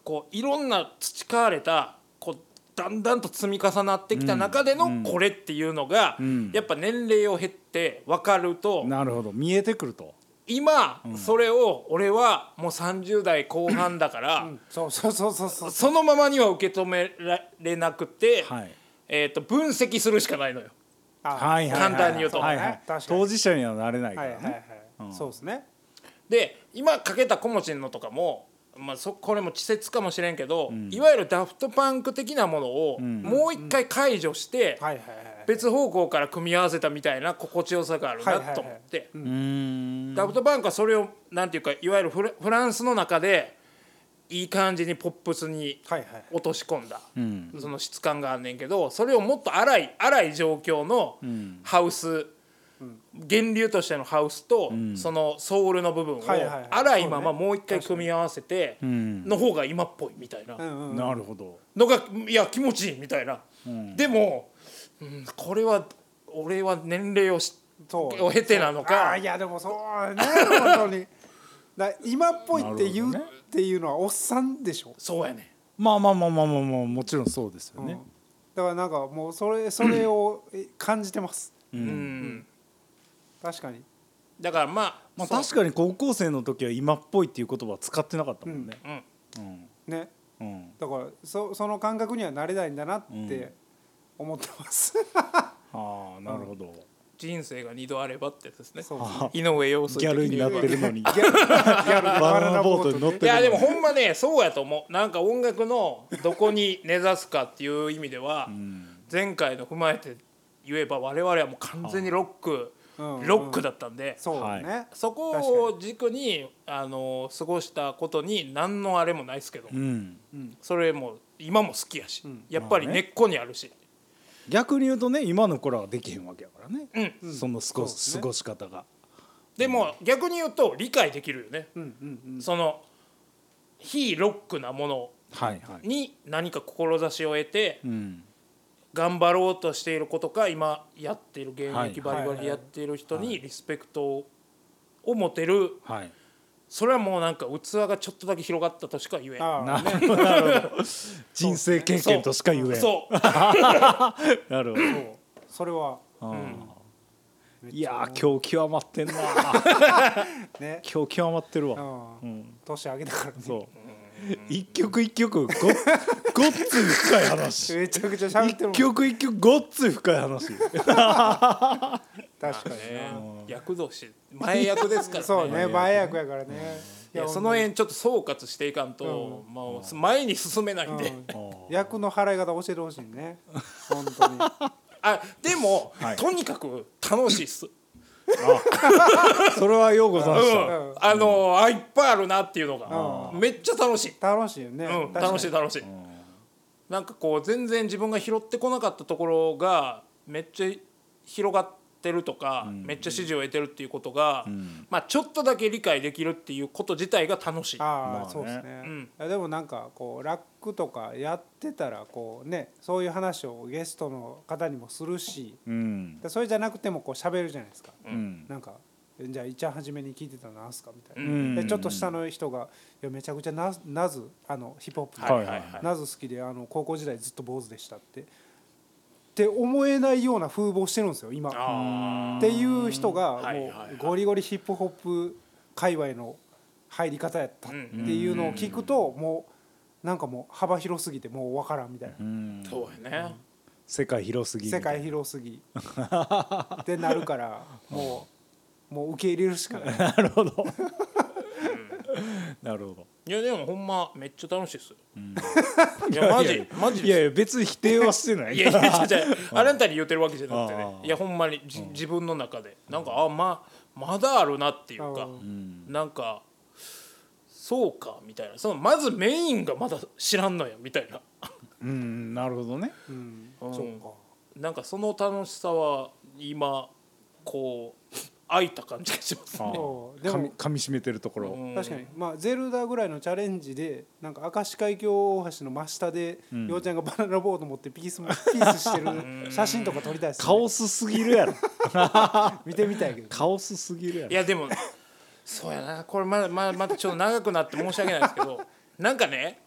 Speaker 2: こういろんな培われたこうだんだんと積み重なってきた中でのこれっていうのが、
Speaker 1: ん
Speaker 2: やっぱ年齢を経って分かると、
Speaker 1: なるほど、見えてくると。
Speaker 2: 今それを俺はもうさんじゅう代後半だから、
Speaker 3: うんそうそうそうそうそう
Speaker 2: そのままには受け止められなくて、
Speaker 1: はい
Speaker 2: えー、と分析するしかないのよ。
Speaker 3: あ
Speaker 1: はいはいはい
Speaker 2: 簡単に言うと
Speaker 1: はいはい
Speaker 3: 確かに
Speaker 1: 当事者にはなれないか
Speaker 3: はいはい
Speaker 1: らね。
Speaker 3: はい、そうですね。
Speaker 2: で今かけたコモチンのとかも、まあ、そこれも稚拙かもしれんけど、いわゆるダフトパンク的なものをもう一回解除して、
Speaker 3: はいはいはい
Speaker 2: 別方向から組み合わせたみたいな心地よさがあるなと思って、
Speaker 1: うーん
Speaker 2: ダフトパンクはそれをなんていうかいわゆるフラフランスの中でいい感じにポップスに
Speaker 3: はいはい
Speaker 2: 落とし込んだ、
Speaker 1: うん
Speaker 2: その質感があんねんけど、それをもっと荒い荒い状況のハウス、源流としてのハウスと、そのソウルの部分を
Speaker 3: はいはいはい
Speaker 2: 荒いままもう一回組み合わせて
Speaker 1: ん
Speaker 2: の方が今っぽいみたいな
Speaker 3: うんうん
Speaker 1: なるほど。
Speaker 2: のがいや気持ちいいみたいな、でも、うんこれは俺は年齢をし
Speaker 3: そう
Speaker 2: を経てなの
Speaker 3: あ
Speaker 2: か
Speaker 3: ーいやでもそうね本当にだ今っぽいって言う
Speaker 1: なるほどね
Speaker 3: っていうのはおっさんでしょ、
Speaker 2: そうやね
Speaker 1: まあまあまあまあまあまあもちろんそうですよね。
Speaker 3: だからなんかもうそれそれをえ感じてます
Speaker 1: う
Speaker 2: うんん
Speaker 3: 確かに
Speaker 2: だからまあ、
Speaker 1: まあ
Speaker 2: そう
Speaker 1: 確かに高校生の時は今っぽいっていう言葉は使ってなかったもんね。
Speaker 2: うん
Speaker 1: うん
Speaker 3: ね
Speaker 1: うん
Speaker 3: だからそその感覚にはなれないんだなって思ってます、
Speaker 1: ああなるほど。
Speaker 2: 人生が二度あればってやつですね。
Speaker 3: そう
Speaker 2: 井上陽水的
Speaker 1: ギャルになってるのに
Speaker 3: ギャルギャルで
Speaker 1: バナナボートに乗っ
Speaker 3: ね
Speaker 1: て
Speaker 2: いやでもほんまねそうやと思う。なんか音楽のどこに根ざすかっていう意味では、前回の踏まえて言えば我々はもう完全にロック、
Speaker 3: うんうん
Speaker 2: ロックだったんで、
Speaker 3: そうね、
Speaker 1: はい
Speaker 2: そこを軸にあの過ごしたことに何のあれもないですけど、
Speaker 1: うん
Speaker 2: それも今も好きやし、やっぱり
Speaker 1: まあね
Speaker 2: 根っこにあるし、
Speaker 1: 逆に言うとね今の頃はできへんわけやからね。
Speaker 2: うん、
Speaker 1: その過ご
Speaker 3: そうですね
Speaker 1: 過ごし方が。
Speaker 2: でも逆に言うと理解できるよね。
Speaker 3: うんうんうん
Speaker 2: その非ロックなもの
Speaker 1: はいはい。
Speaker 2: に何か志を得て
Speaker 1: うん
Speaker 2: 頑張ろうとしていることか今やっている現役バリバリやっている人
Speaker 1: はい
Speaker 2: にリスペクトを持てる、
Speaker 1: はい。
Speaker 2: それはもうなんか器がちょっとだけ広がったとしか言えん。
Speaker 3: ああ
Speaker 1: なるほどなるほど。人生経験としか言えん。
Speaker 2: そう
Speaker 1: なるほど。
Speaker 3: それは
Speaker 1: うんいやー今日極まってんな。
Speaker 3: ね
Speaker 1: 今日極まってるわ。
Speaker 3: う
Speaker 1: うんん。
Speaker 3: 年上げたからね
Speaker 1: そう。一曲一曲ごごっつい深い話。
Speaker 3: めちゃくちゃ喋ってるもん
Speaker 1: 一曲一曲ごっつい深い話。
Speaker 3: 確かに
Speaker 2: ね
Speaker 3: な
Speaker 2: 役年前役ですからね。
Speaker 3: そうね前役やからね
Speaker 2: いやその辺ちょっと総括していかんと、まあ、前に進めないんで、
Speaker 3: うん役の払い方教えてほしいね本当に
Speaker 2: あでも、
Speaker 1: はい
Speaker 2: とにかく楽しいっす。
Speaker 1: それはようございました。
Speaker 3: うん
Speaker 2: あのあいっぱいあるなっていうのがめっちゃ楽しい、
Speaker 3: 楽しいよね
Speaker 2: うん、
Speaker 3: 確かに
Speaker 2: 楽しい楽しい、なんかこう全然自分が拾ってこなかったところがめっちゃ広がってるとか、めっちゃ支持を得てるっていうことが、まあちょっとだけ理解できるっていうこと自体が楽しい。
Speaker 3: あ
Speaker 1: まあね
Speaker 3: あそうですね、
Speaker 2: うん
Speaker 3: いやでもなんかこうラックとかやってたらこうねそういう話をゲストの方にもするし
Speaker 1: うん。
Speaker 3: でそれじゃなくてもこう喋るじゃないですか、
Speaker 1: うん。
Speaker 3: なんかじゃあ一番初めに聞いてたのなんすかみたいな、
Speaker 1: うん
Speaker 3: でちょっと下の人が「いやめちゃくちゃナナズあのヒップホップの、
Speaker 1: はいはいはい
Speaker 3: ナズ好きであの高校時代ずっと坊主でした」ってって思えないような風貌してるんですよ今。
Speaker 2: あ
Speaker 3: っていう人がも
Speaker 2: はいはいはいう
Speaker 3: ゴリゴリヒップホップ界隈の入り方やったっていうのを聞くともうなんかもう幅広すぎてもう分からんみたいな、
Speaker 1: うん
Speaker 2: ーそうやね、
Speaker 1: 世界広すぎみた
Speaker 3: 世
Speaker 1: いな。
Speaker 3: 界広すぎってなるからもうもう受け入れるしかない。
Speaker 1: なるほど。なるほど。
Speaker 2: いやでもほんまめっちゃ楽しいっすよ、いやマジマジ
Speaker 1: いやいや別に否定はしてない。
Speaker 2: いやいやじゃあなたに言ってるわけじゃなくてね
Speaker 1: あー
Speaker 2: いやほんまにじ自分の中でなんかあままだあるなっていうか
Speaker 3: うん
Speaker 2: なんかそうかみたいなそのまずメインがまだ知らんのやみたいな
Speaker 1: うんなるほどね。
Speaker 3: うん
Speaker 2: うん
Speaker 3: そうか
Speaker 2: なんかその楽しさは今こう開いた感じがします
Speaker 1: あ
Speaker 2: ね。
Speaker 3: そうでも
Speaker 1: ー噛み噛み締めてるところ。
Speaker 2: うん
Speaker 3: 確かにまあゼルダぐらいのチャレンジでなんか明石海峡大橋の真下で
Speaker 1: ん
Speaker 3: ようちゃんがバナナボード持ってピースもピースしてる写真とか撮りたいですね
Speaker 1: カオスすぎるやろ。
Speaker 3: 見てみたいけど
Speaker 1: カオスすぎるやろ。
Speaker 2: いやでもそうやなこれまままたちょっと長くなって申し訳ないですけどなんかね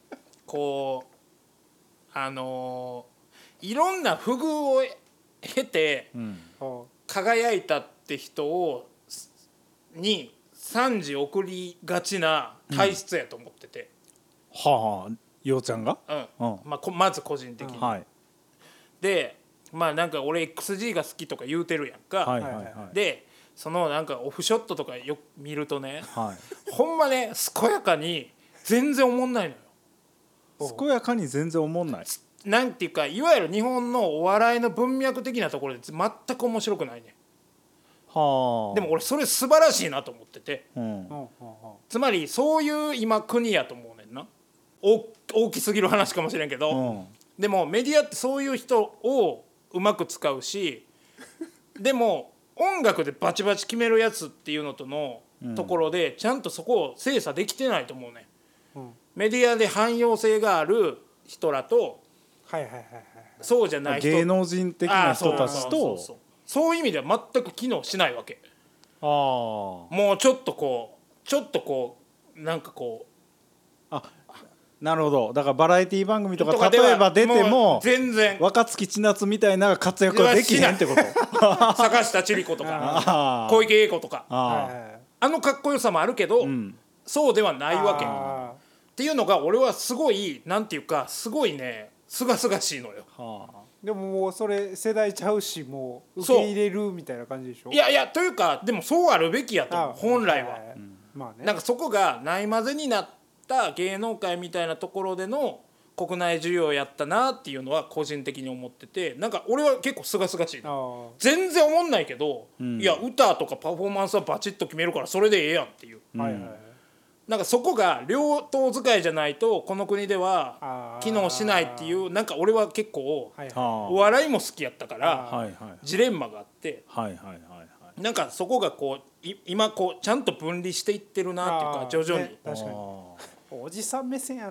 Speaker 2: こうあのー、いろんな不遇を経て
Speaker 1: うん
Speaker 3: おう
Speaker 2: 輝いたって人をに賛辞送りがちな体質やと思ってて、
Speaker 1: はあようちゃんが
Speaker 2: うん
Speaker 1: うん
Speaker 2: まあ、こまず個人的に、
Speaker 1: はい
Speaker 2: でまあなんか俺 エックスジー が好きとか言うてるやんか、
Speaker 1: はいはいはい
Speaker 2: でそのなんかオフショットとかよく見るとね
Speaker 1: はい
Speaker 2: ほんまね健やかに全然おもんないのよ。
Speaker 1: 健やかに全然思んない
Speaker 2: なんていうかいわゆる日本のお笑いの文脈的なところで全く面白くないね。
Speaker 1: はあ
Speaker 2: でも俺それ素晴らしいなと思ってて、
Speaker 1: うん
Speaker 3: おうおうおう
Speaker 2: つまりそういう今国やと思うねんな。大大きすぎる話かもしれんけど、
Speaker 1: うん
Speaker 2: でもメディアってそういう人をうまく使うしでも音楽でバチバチ決めるやつっていうのとのところでちゃんとそこを精査できてないと思うね。
Speaker 3: うん
Speaker 2: メディアで汎用性がある人らと
Speaker 3: はいはいはいはい
Speaker 2: そうじゃない人
Speaker 1: 芸能人的な人たち
Speaker 2: そうそう
Speaker 1: と
Speaker 2: そうそういう意味では全く機能しないわけ。
Speaker 1: あ
Speaker 2: もうちょっとこうちょっとこうなんかこう
Speaker 1: あなるほどだからバラエティ番組とか
Speaker 2: とかでは
Speaker 1: 例えば出ても
Speaker 2: う全然
Speaker 1: 若槻千夏みたいな活躍はできへんってこと
Speaker 2: 坂下千里子とか
Speaker 1: あー
Speaker 2: 小池栄子とか
Speaker 3: はい
Speaker 1: あ
Speaker 3: はいはい
Speaker 2: あのかっこよさもあるけど、
Speaker 1: ん
Speaker 2: そうではないわけっ
Speaker 3: あ
Speaker 2: ていうのが俺はすごいなんていうかすごいねすがすがしいのよ。
Speaker 1: ーは
Speaker 3: ーでももうそれ世代ちゃうしもう受け入れるみたいな感じでしょ。
Speaker 2: いやいやというかでもそうあるべきやと思う
Speaker 3: あ
Speaker 2: 本来は。
Speaker 3: いいまあね
Speaker 2: なんかそこがないまぜになった芸能界みたいなところでの国内需要やったなっていうのは個人的に思っててなんか俺は結構すがすがしい
Speaker 3: あー
Speaker 2: 全然思んないけど、
Speaker 1: ん
Speaker 2: いや歌とかパフォーマンスはバチッと決めるからそれでええやんっていう
Speaker 3: はいはいはい
Speaker 2: なんかそこが両党使いじゃないとこの国では
Speaker 3: あー
Speaker 2: 機能しないっていうなんか俺は結構
Speaker 3: はい
Speaker 1: あは
Speaker 2: お笑いも好きやったから
Speaker 1: はいはい
Speaker 2: ジレンマがあって
Speaker 1: はいはいはいはい
Speaker 2: なんかそこがこうい今こうちゃんと分離していってるなっていうか
Speaker 3: あー
Speaker 2: 徐々に
Speaker 3: ね確かに
Speaker 1: あ
Speaker 3: おじさん目線やな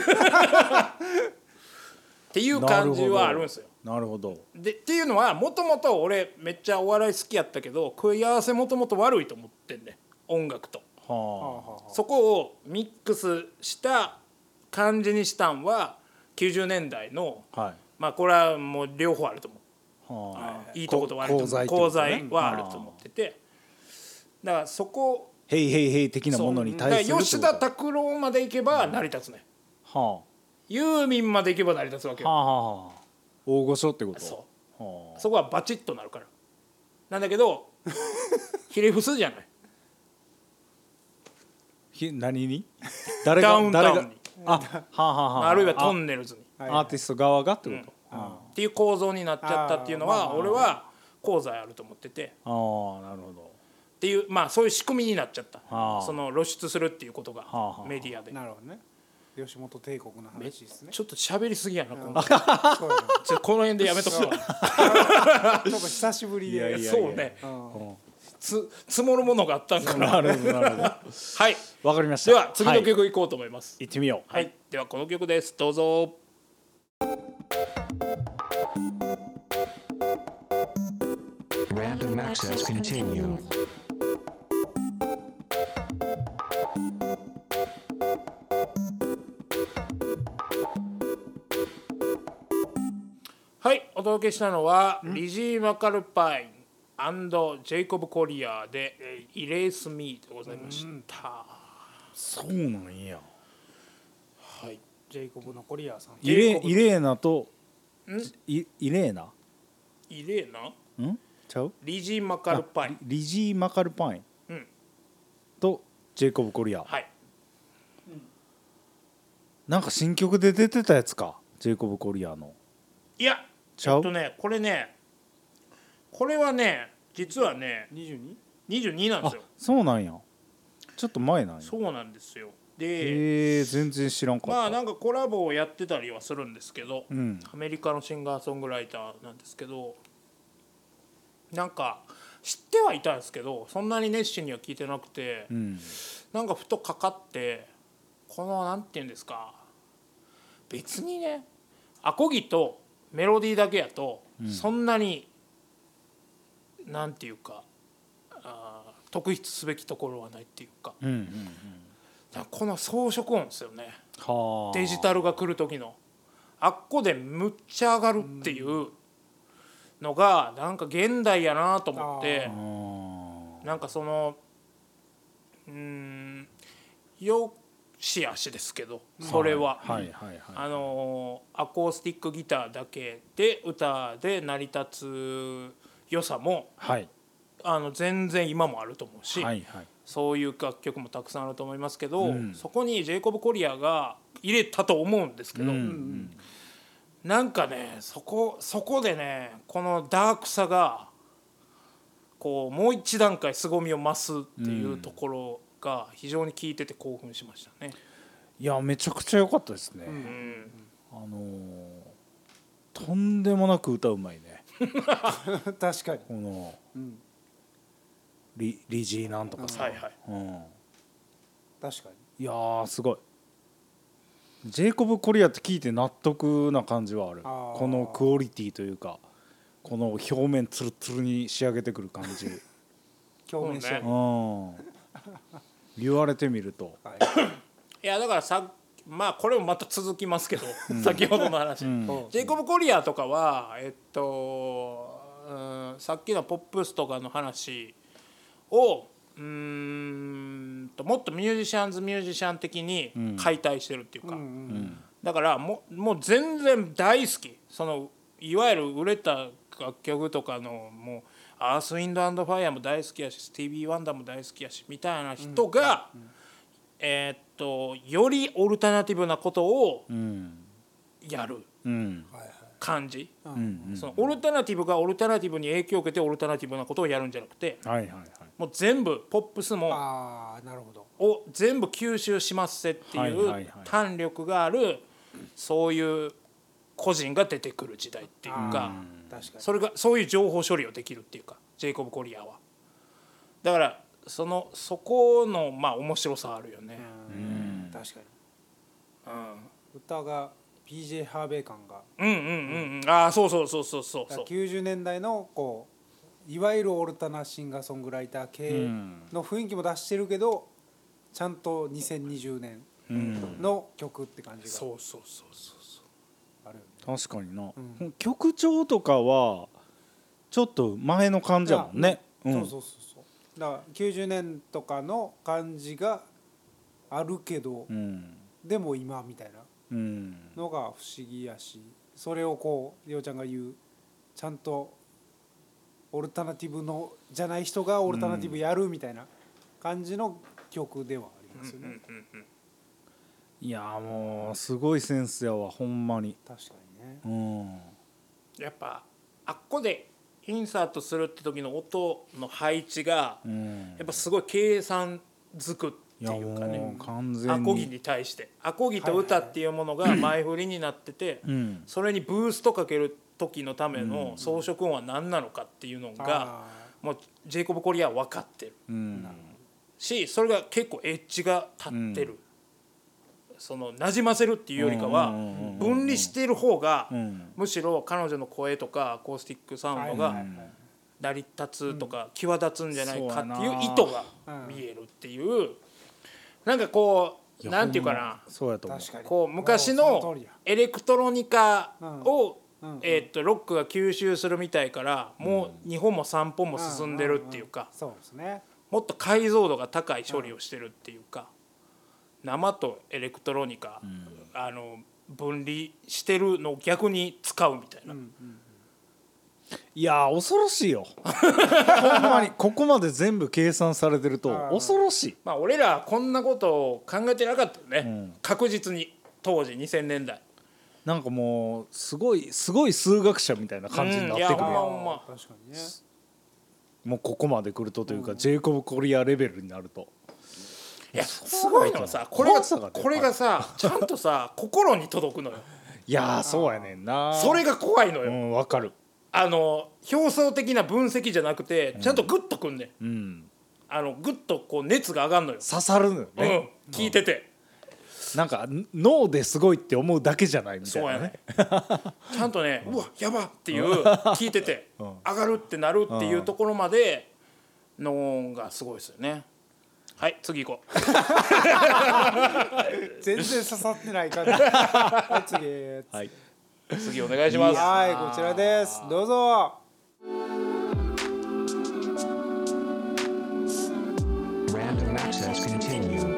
Speaker 2: っていう感じはあるんですよ。
Speaker 1: ーなるほど
Speaker 2: でっていうのはもともと俺めっちゃお笑い好きやったけど食い合わせもともと悪いと思ってんね音楽と。
Speaker 1: は
Speaker 2: そこをミックスした感じにしたんはきゅうじゅうねんだいの
Speaker 1: あはい
Speaker 2: まあこれはもう両方あると思う。
Speaker 1: はい
Speaker 2: いとこと悪いと思う功
Speaker 1: 功罪ってことね
Speaker 2: 罪はあると思っててだからそこ
Speaker 1: ヘイヘイヘイ的なものに
Speaker 2: だから
Speaker 1: 対するってこと
Speaker 2: 吉田拓郎まで行けば成り立つね
Speaker 1: は
Speaker 2: ユーミンまで行けば成り立つわけよ。
Speaker 1: あはあはあ大御所ってこと
Speaker 2: そう
Speaker 1: はあ
Speaker 2: そこはバチッとなるからなんだけどひれ伏すじゃない
Speaker 1: ひ何に誰
Speaker 2: ダウンタ
Speaker 1: 誰が
Speaker 2: ウンに
Speaker 1: あはあはあはあ
Speaker 2: あるいはトンネルズに
Speaker 3: はい
Speaker 1: アーティスト側がってこと、あ
Speaker 2: っていう構造になっちゃったっていうのは
Speaker 3: あーまあまあ
Speaker 2: 俺は功罪あると思ってて
Speaker 1: あーなるほど
Speaker 2: っていうまあそういう仕組みになっちゃった
Speaker 1: あー
Speaker 2: その露出するっていうことが
Speaker 1: あはあ
Speaker 2: メディアで
Speaker 3: なるほどね吉本帝国の話ですね
Speaker 2: ちょっと喋りすぎやな今回
Speaker 3: そうやな
Speaker 2: ちょっとこの辺でやめとくわ
Speaker 3: ちょっと久しぶりで
Speaker 1: いやいやいや
Speaker 2: そうね
Speaker 3: うん
Speaker 2: つ積もるものがあったんかな
Speaker 1: なるほどなるほど
Speaker 2: はい
Speaker 1: わかりました
Speaker 2: では次の
Speaker 1: はい
Speaker 2: 曲いこうと思います
Speaker 1: 行ってみよう
Speaker 2: はい、ではこの曲ですどうぞ。
Speaker 4: Random access continue.
Speaker 2: はいお届けしたのはリジー・マカルパインジェイコブ・コリアでえー「イレース・ミー」でございました。
Speaker 1: そうなんや
Speaker 2: はい
Speaker 3: ジェイコブのコリアさん
Speaker 1: イレイレーナとイイレーナ
Speaker 2: イレーナ
Speaker 1: んちゃう
Speaker 2: リジー・マカルパイン
Speaker 1: リジー・マカルパイン
Speaker 2: うん
Speaker 1: とジェイコブ・コリア
Speaker 2: はい
Speaker 1: なんか新曲で出てたやつかジェイコブ・コリアの
Speaker 2: いや
Speaker 1: ちゃう
Speaker 2: えっとねこれねこれはね実はね
Speaker 3: にじゅうに?
Speaker 2: にじゅうになんですよ。
Speaker 1: そうなんやちょっと前なんや
Speaker 2: そうなんですよで
Speaker 1: へえ全然知らんかった
Speaker 2: まあなんかコラボをやってたりはするんですけど、
Speaker 1: うん
Speaker 2: アメリカのシンガーソングライターなんですけどなんか知ってはいたんですけどそんなに熱心には聞いてなくて、
Speaker 1: うん
Speaker 2: なんかふとかかってこのなんて言うんですか別にねアコギとメロディーだけやと、そんなになんていうかあ特筆すべきところはないっていうか
Speaker 1: うんうん
Speaker 2: この装飾音ですよね。
Speaker 1: はあ
Speaker 2: デジタルが来る時のあっこでむっちゃ上がるっていうのがなんか現代やなと思って、なんかそのうーんよしあしですけどそれは、
Speaker 1: はいはいはいはい、
Speaker 2: あのアコースティックギターだけで歌で成り立つ良さも、
Speaker 1: はい、
Speaker 2: あの全然今もあると思うし、
Speaker 1: はいはい、
Speaker 2: そういう楽曲もたくさんあると思いますけど、
Speaker 1: うん、
Speaker 2: そこにジェイコブ・コリアが入れたと思うんですけど、うんうん、なんかねそこそこでねこのダークさがこうもう一段階凄みを増すっていうところが非常に聴いてて興奮しましたね。
Speaker 1: いやめちゃくちゃ良かったですね、うん、あのー、とんでもなく歌うまいね
Speaker 3: 確かに
Speaker 1: この、うん、リ, リジーなんとかさ、
Speaker 2: はいはい、うん、
Speaker 3: 確か
Speaker 1: にいやーすごいジェイコブ・コリアって聞いて納得な感じはある。あこのクオリティというかこの表面ツルツルに仕上げてくる感じ
Speaker 3: 表面仕上げ、
Speaker 1: うん言われてみると、はい、
Speaker 2: いやだからさまあこれもまた続きますけど、うん、先ほどの話、うん、ジェイコブ・コリアとかはえっと、うん、さっきのポップスとかの話をうーんともっとミュージシャンズミュージシャン的に解体してるっていうか、うんうん、だからもう、もう全然大好きそのいわゆる売れた楽曲とかのもうアース・ウィンド・アンド・ファイアも大好きやしスティービー・ワンダーも大好きやしみたいな人が、うんうん、えー、っとよりオルタナティブなことをやる感じ、うんうん、そのオルタナティブがオルタナティブに影響を受けてオルタナティブなことをやるんじゃなくて、はいはいはい、もう全部ポップスも
Speaker 3: あーなるほど
Speaker 2: を全部吸収しますせっていう弾力があるそういう個人が出てくる時代っていうか、確かにそれがそういう情報処理をできるっていうかジェイコブ・コリアはだからそのそこのまあ面白さあるよね。
Speaker 3: うんうん確かに、うん、歌が ピージェー ハーベイ感が
Speaker 2: うんうんうんうんああそうそうそうそうそうそう
Speaker 3: きゅうじゅうねんだいのこういわゆるオルタナシンガーソングライター系の雰囲気も出してるけどちゃんとにせんにじゅうねんの曲って感じが
Speaker 2: そうそうそうそう
Speaker 3: あるよね。
Speaker 1: 確かにな、うん、曲調とかはちょっと前の感じやもんね、
Speaker 3: うん、そうそうそうそうだからきゅうじゅうねんとかの感じがあるけど、うん、でも今みたいなのが不思議やしそれをこうりょうちゃんが言うちゃんとオルタナティブのじゃない人がオルタナティブやるみたいな感じの曲ではありますよね、うんうんうんうん
Speaker 1: いやもうすごいセンスやわほんまに
Speaker 3: 確かにね、
Speaker 2: うん、やっぱあっこでインサートするって時の音の配置が、うん、やっぱすごい計算づくっていうかね完全にアコギに対してアコギと歌っていうものが前振りになってて、はいはいはい、それにブーストかける時のための装飾音は何なのかっていうのが、うん、もうジェイコブ・コリアは分かってる、うん、しそれが結構エッジが立ってる、うんその馴染ませるっていうよりかは分離している方がむしろ彼女の声とかアコースティックサウンドが成り立つとか際立つんじゃないかっていう意図が見えるっていうなんかこうなんていうかなこう昔のエレクトロニカをえーとロックが吸収するみたいからもう日本もさんぽんも進んでるっていうかもっと解像度が高い処理をしてるっていうか生とエレクトロニカ、うん、あの分離してるのを逆に使うみたいな、うんうん、
Speaker 1: いや恐ろしいよほんまにここまで全部計算されてると恐ろしい。
Speaker 2: まあ俺らこんなことを考えてなかったよね、うん、確実に当時にせんねんだい
Speaker 1: なんかもうすごいすごい数学者みたいな感じになってくるやん、うん、いやほんま確かにねもうここまで来るとというか、うん、ジェイコブ・コリアレベルになると
Speaker 2: いやすごいのはさこれがこれがさちゃんとさ心に届くのよ。
Speaker 1: いやそうやねんな
Speaker 2: それが怖いのよ。
Speaker 1: うんわかる。
Speaker 2: あの表層的な分析じゃなくてちゃんとグッとくんねん、うん、あのグッとこう熱が上がるのよ。
Speaker 1: 刺さるのよね、
Speaker 2: うん、聞いてて、
Speaker 1: うん、なんか脳ですごいって思うだけじゃないみたいなね。
Speaker 2: そうやねちゃんとねうわやばっていう聞いてて、うん、上がるってなるっていうところまでのがすごいですよね。 はい次行こう
Speaker 3: 全然刺さってない感じはい次
Speaker 1: はい
Speaker 2: 次お願いします。
Speaker 3: はいこちらですどうぞ。
Speaker 4: Random access continue.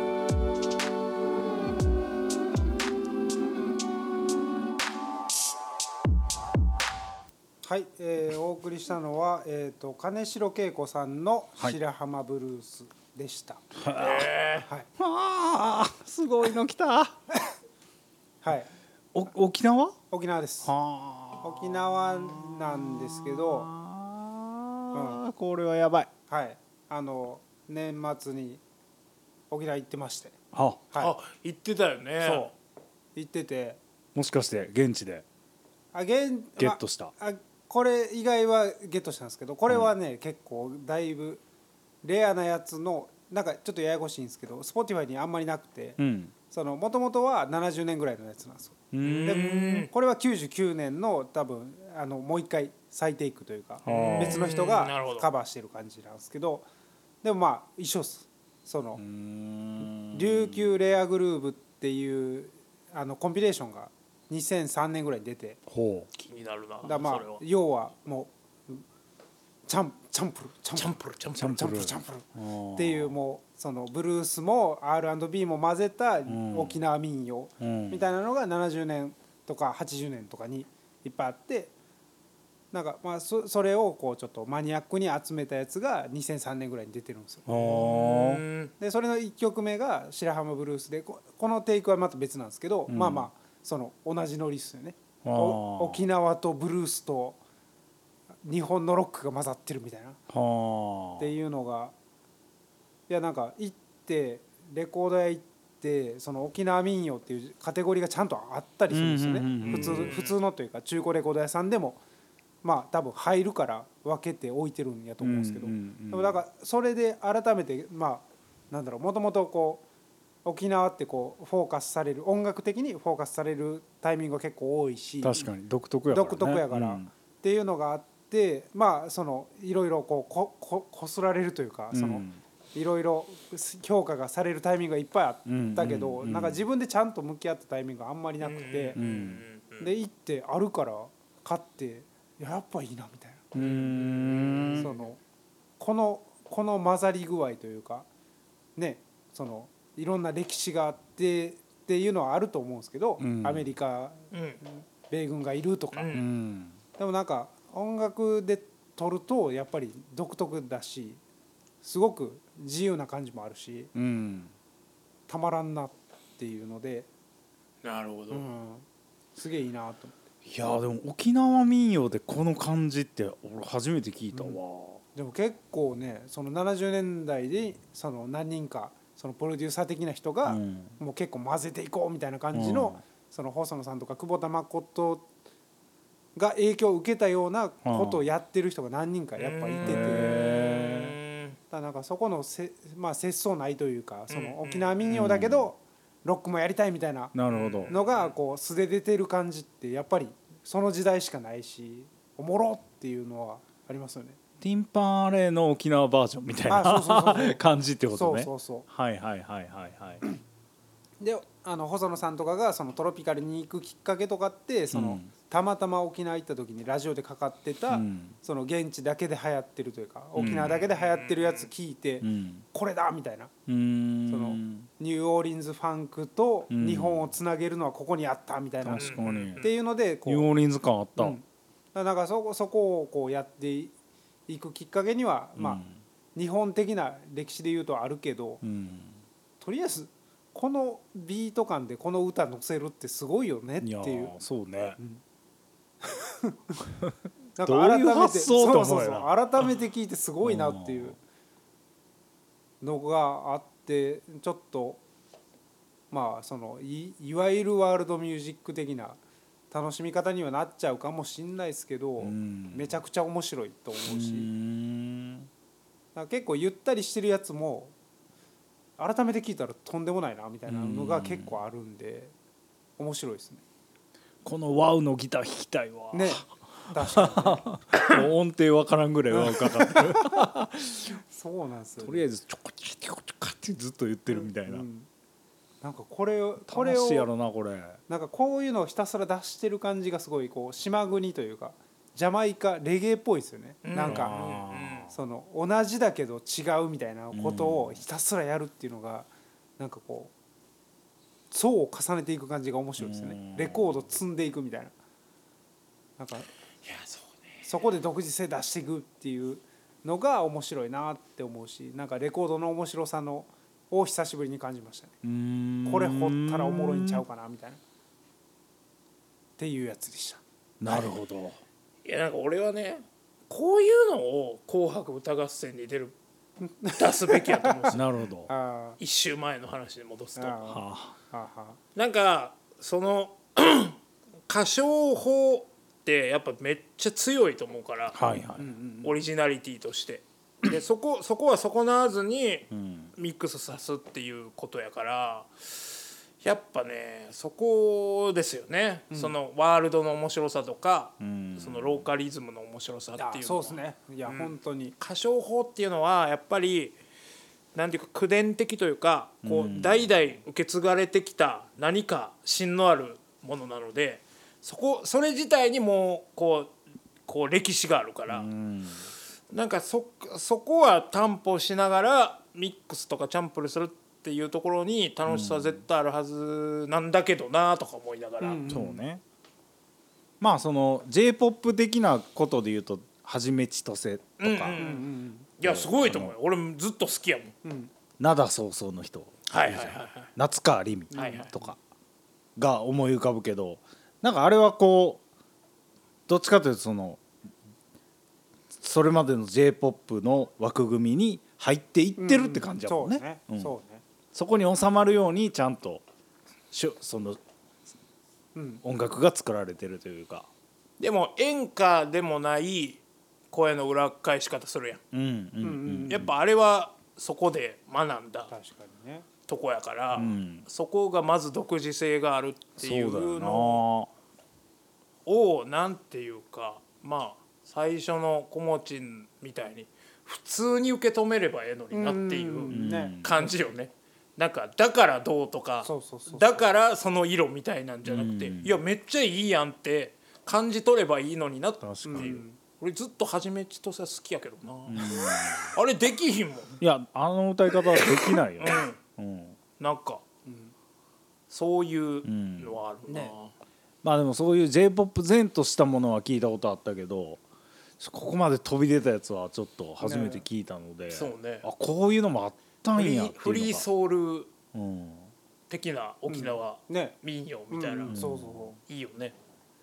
Speaker 3: はい、えー、お送りしたのは、えー、と金城恵子さんの白浜ブルースでした。はい、
Speaker 1: あーすごいの来た
Speaker 3: はい、
Speaker 1: お沖縄
Speaker 3: 沖縄です。
Speaker 1: は
Speaker 3: 沖縄なんですけど、
Speaker 1: あ、うん、これはやばい
Speaker 3: はい、あの年末に沖縄行ってまして、
Speaker 1: は
Speaker 3: は
Speaker 2: あ言ってたよね。
Speaker 3: い、そう行ってて、
Speaker 1: もしかして現地で
Speaker 3: あゲン
Speaker 1: ゲットした、
Speaker 3: まあ、これ以外はゲットしたんですけど、これはね、うん、結構だいぶレアなやつのなんかちょっとややこしいんですけど Spotify にあんまりなくて、うん、その元々はななじゅうねんぐらいのやつなんですよ。でこれはきゅうじゅうきゅうねんの多分あのもう一回再テイクというか別の人がカバーしてる感じなんですけど、でもまあ一緒っす。その琉球レアグルーヴっていうあのコンピレーションがにせんさんねんぐらいに出て、
Speaker 2: ほう気になるな。
Speaker 3: だまあ要はもうチャンチャンプル
Speaker 2: チャンプルチャンプル
Speaker 3: チャンプルチャンプルっていうもうそのブルースも アールアンドビー も混ぜた沖縄民謡みたいなのがななじゅうねんとかはちじゅうねんとかにいっぱいあって、なんかまあ そ, それをこうちょっとマニアックに集めたやつがにせんさんねんぐらいに出てるんですよ。でそれのいっきょくめが白浜ブルースで、このテイクはまた別なんですけど、うん、まあまあその同じノリっすよね。沖縄とブルースと日本のロックが混ざってるみたいなっていうのが、いやなんか行ってレコード屋行ってその沖縄民謡っていうカテゴリーがちゃんとあったりするんですよね。普通普通のというか中古レコード屋さんでもまあ多分入るから分けて置いてるんやと思うんですけど、でもだからそれで改めてまあなんだろう、もともとこう沖縄ってこうフォーカスされる、音楽的にフォーカスされるタイミングが結構多いし、
Speaker 1: 確かに独特やからね、
Speaker 3: 独特やから、うん、っていうのがあって、まあそのいろいろこうこここすられるというか、そのいろいろ評価がされるタイミングがいっぱいあったけど、なんか自分でちゃんと向き合ったタイミングがあんまりなくて、で行ってあるから買ってやっぱいいなみたいな、うーん、そのこのこの混ざり具合というかね、そのいろんな歴史があってっていうのはあると思うんですけど、うん、アメリカ、うん、米軍がいるとか、うん、でもなんか音楽で撮るとやっぱり独特だし、すごく自由な感じもあるし、うん、たまらんなっていうので、
Speaker 2: なるほど、うん、
Speaker 3: すげえいいなと思って。
Speaker 1: いやでも沖縄民謡でこの感じって俺初めて聞いたわ、うん、
Speaker 3: でも結構ね、そのななじゅうねんだいでその何人かそのプロデューサー的な人がもう結構混ぜていこうみたいな感じの、その細野さんとか久保田誠が影響を受けたようなことをやってる人が何人かやっぱいてて、だなんかそこのせ、まあ、節操ないというか、その沖縄民謡だけどロックもやりたいみたいなのがこう素で出てる感じってやっぱりその時代しかないし、おもろっていうのはありますよね。
Speaker 1: ティンパンアレイの沖縄バージョンみたいな感じってことね。
Speaker 3: そうそうそう、
Speaker 1: はいはいはいはいはい
Speaker 3: であの細野さんとかがそのトロピカルに行くきっかけとかって、その、うん、たまたま沖縄行った時にラジオでかかってた、うん、その現地だけで流行ってるというか、沖縄だけで流行ってるやつ聞いて、うん、これだみたいな、うん、そのニューオーリンズファンクと日本をつなげるのはここにあったみたいな、
Speaker 1: 確かに
Speaker 3: っていうのでこう
Speaker 1: ニューオーリンズ感あった、うん、
Speaker 3: だからそこ、そこをこうやっていくきっかけには、まあ、日本的な歴史でいうとあるけど、とりあえずこのビート感でこの歌乗せるってすごいよねっていう。いや
Speaker 1: そうね、
Speaker 3: うん、なんか改めて
Speaker 1: どういう発想と思うよな。
Speaker 3: そうそうそう、改めて聞いてすごいなっていうのがあって、ちょっとまあその い, いわゆるワールドミュージック的な楽しみ方にはなっちゃうかもしんないですけど、めちゃくちゃ面白いと思うし、うんだ結構ゆったりしてるやつも改めて聞いたらとんでもないなみたいなのが結構あるんで面白いですね。
Speaker 1: このワウのギター弾きたいわ
Speaker 3: ね、確かに、ね、
Speaker 1: 音程わからんぐらいワウかかってる
Speaker 3: そうなんですよ、ね、
Speaker 1: とりあえずちょこちょこちょこってずっと言ってるみたいな、
Speaker 3: うん、なんかこれをこれ
Speaker 1: 楽しいや
Speaker 3: を
Speaker 1: ろなこれ。
Speaker 3: なんかこういうのをひたすら出してる感じがすごいこう島国というかジャマイカレゲエっぽいですよね、
Speaker 2: うん
Speaker 3: なんか
Speaker 1: あ
Speaker 3: その同じだけど違うみたいなことをひたすらやるっていうのがなんかこう層を重ねていく感じが面白いですよね。レコード積んでいくみたいな、なんか
Speaker 2: いやそうね
Speaker 3: そこで独自性出していくっていうのが面白いなって思うし、なんかレコードの面白さのを久しぶりに感じましたね。
Speaker 1: うーん
Speaker 3: これ掘ったらおもろいんちゃうかなみたいなっていうやつでした。
Speaker 1: なるほど。
Speaker 2: いやなんか俺はねこういうのを「紅白歌合戦」に出る出すべきやと思うんですよ。
Speaker 1: なるほど。
Speaker 3: あ
Speaker 2: 一週前の話に戻すと
Speaker 3: あ
Speaker 1: は
Speaker 3: あはあ
Speaker 2: なんかその歌唱法ってやっぱめっちゃ強いと思うから、
Speaker 1: あ、はいはい。
Speaker 2: オリジナリティとしてでそこそこは損なわずに
Speaker 1: うん
Speaker 2: ミックスさすっていうことやからやっぱねそこですよね、そのワールドの面白さとか、
Speaker 1: うん
Speaker 2: そのローカリズムの面白さっていうのは
Speaker 3: そうですね。いや、本当に
Speaker 2: 歌唱法っていうのはやっぱりなんていうか口伝的というかこう代々受け継がれてきた何か芯のあるものなのでそこそれ自体にもうこうこう歴史があるから、
Speaker 1: うん
Speaker 2: なんかそそこは担保しながらミックスとかチャンプルするっていうところに楽しさは絶対あるはずなんだけどなとか思いながら、
Speaker 3: うん
Speaker 1: そうね。まあその ジェイポップ 的なことで言うとはじめちとせとか、
Speaker 2: うんうん
Speaker 3: うん
Speaker 2: いやすごいと思うよ。俺もずっと好きやもん。
Speaker 3: うんうん
Speaker 1: 灘そうそうの人、
Speaker 2: はいはいはいはい。
Speaker 1: 夏川りみ
Speaker 2: はいはい
Speaker 1: とかが思い浮かぶけど、なんかあれはこうどっちかというとそのそれまでの ジェイポップ の枠組みに入っていってるって感じだもんね。
Speaker 3: そうね、
Speaker 1: うん
Speaker 3: そうね。
Speaker 1: そこに収まるようにちゃんとしゅその
Speaker 3: うん
Speaker 1: 音楽が作られてるというか。
Speaker 2: でも演歌でもない声の裏返し方するやん。
Speaker 1: うんうん
Speaker 3: うん
Speaker 2: やっぱあれはそこで学んだ
Speaker 3: 確かにね。
Speaker 2: とこやから、
Speaker 1: ん
Speaker 2: そこがまず独自性があるってい
Speaker 1: そうだ
Speaker 2: うの
Speaker 1: よ
Speaker 2: をなんていうかまあ最初の子持ちみたいに普通に受け止めればええのになってい
Speaker 3: うん
Speaker 2: う
Speaker 3: ね。
Speaker 2: 感じよね。なんかだからどうとか
Speaker 3: そうそうそうそう
Speaker 2: だからその色みたいなんじゃなくて、
Speaker 1: うん
Speaker 2: いやめっちゃいいやんって感じ取ればいいのになって
Speaker 1: 確かに
Speaker 2: いう。俺ずっとはじめちとさ好きやけどな、あれできひんもん。
Speaker 1: いやあの歌い方はできないよ。うん
Speaker 2: なんか、そういうのはあるな、
Speaker 3: ね
Speaker 1: まあでもそういう ジェイポップ 前としたものは聞いたことあったけど、ここまで飛び出たやつはちょっと初めて聞いたので、
Speaker 2: そうね
Speaker 1: あこういうのもあった
Speaker 2: フリ
Speaker 1: んやっていうのが
Speaker 2: ーフリーソウル
Speaker 1: うん
Speaker 2: 的な沖縄
Speaker 3: ね。
Speaker 2: 民謡みたいな、
Speaker 3: うんそうそうそ
Speaker 2: いいよね。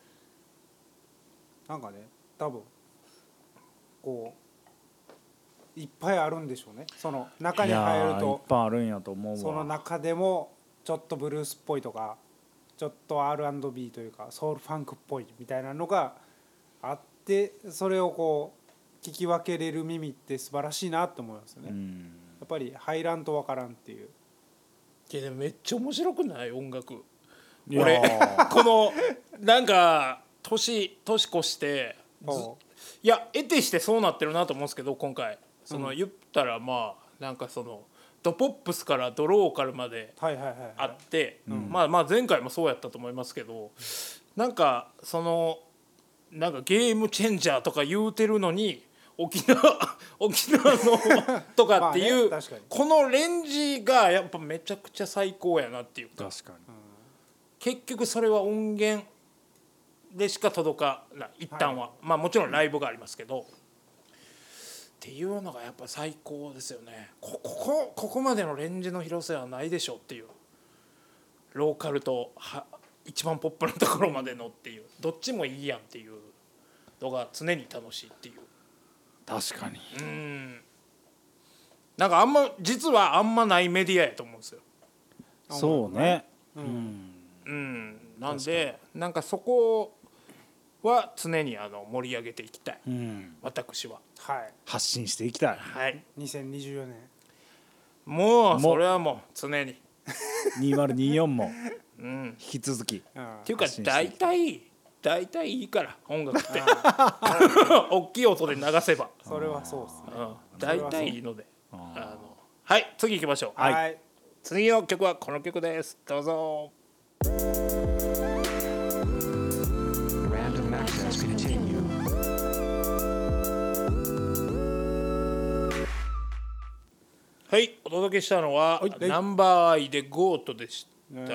Speaker 3: う。なんかね、多分こういっぱいあるんでしょうね。その中に
Speaker 1: いや
Speaker 3: 入る
Speaker 1: ーいっ
Speaker 3: と
Speaker 1: ぱいあるんやと思うわ。
Speaker 3: その中でもちょっとブルースっぽいとかちょっと アールアンドビー というかソウルファンクっぽいみたいなのがあってそれをこう聞き分けれる耳って素晴らしいなと思いますよね。や
Speaker 1: うん
Speaker 3: っぱり入らんとわからんっていう。
Speaker 2: いやでもめっちゃ面白くない音楽。
Speaker 1: いや
Speaker 2: 俺
Speaker 1: ー
Speaker 2: このなんか年年越してず
Speaker 3: お
Speaker 2: いや得てしてそうなってるなと思うんですけど今回その言ったらまあなんかそのドポップスからドローカルまで
Speaker 3: はいはいはい
Speaker 2: あ
Speaker 3: はい。
Speaker 2: って、まあまあ前回もそうやったと思いますけど、なんかそのなんかゲームチェンジャーとか言うてるのに沖縄沖縄のとかっていう、
Speaker 3: まあね確かに
Speaker 2: このレンジがやっぱめちゃくちゃ最高やなっていうか、
Speaker 1: 確かに
Speaker 2: 結局それは音源でしか届かない一旦は、まあもちろんライブがありますけど。っていうのがやっぱ最高ですよね。こここここまでのレンジの広さはないでしょっていうローカルとは一番ポップなところまでのっていうどっちもいいやんっていうのが常に楽しいっていう
Speaker 1: 確かに
Speaker 2: うんなんかあんま実はあんまないメディアやと思うんですよ。
Speaker 1: そうね
Speaker 2: うんなんでなんかそこは常にあの盛り上げていきたい、
Speaker 1: うん
Speaker 2: 私は。
Speaker 3: はい。
Speaker 1: 発信していきたい
Speaker 2: はい
Speaker 3: にせんにじゅうよねん。
Speaker 2: もう
Speaker 1: もう
Speaker 2: それはもう常に
Speaker 1: にせんにじゅうよんも
Speaker 2: うん
Speaker 1: 引き続き
Speaker 3: うん
Speaker 2: っていうか
Speaker 1: 発信してい
Speaker 2: 大体大体いいから音楽って大きい音で流せば、
Speaker 3: それはそうですね。
Speaker 2: うん、大体いいのであのはい次行きましょう。
Speaker 1: はい
Speaker 3: はい
Speaker 2: 次の曲はこの曲です。どうぞ。
Speaker 4: Random access continue.
Speaker 2: はいお届けしたのは、
Speaker 1: はい
Speaker 2: ナンバーアイでゴートでした。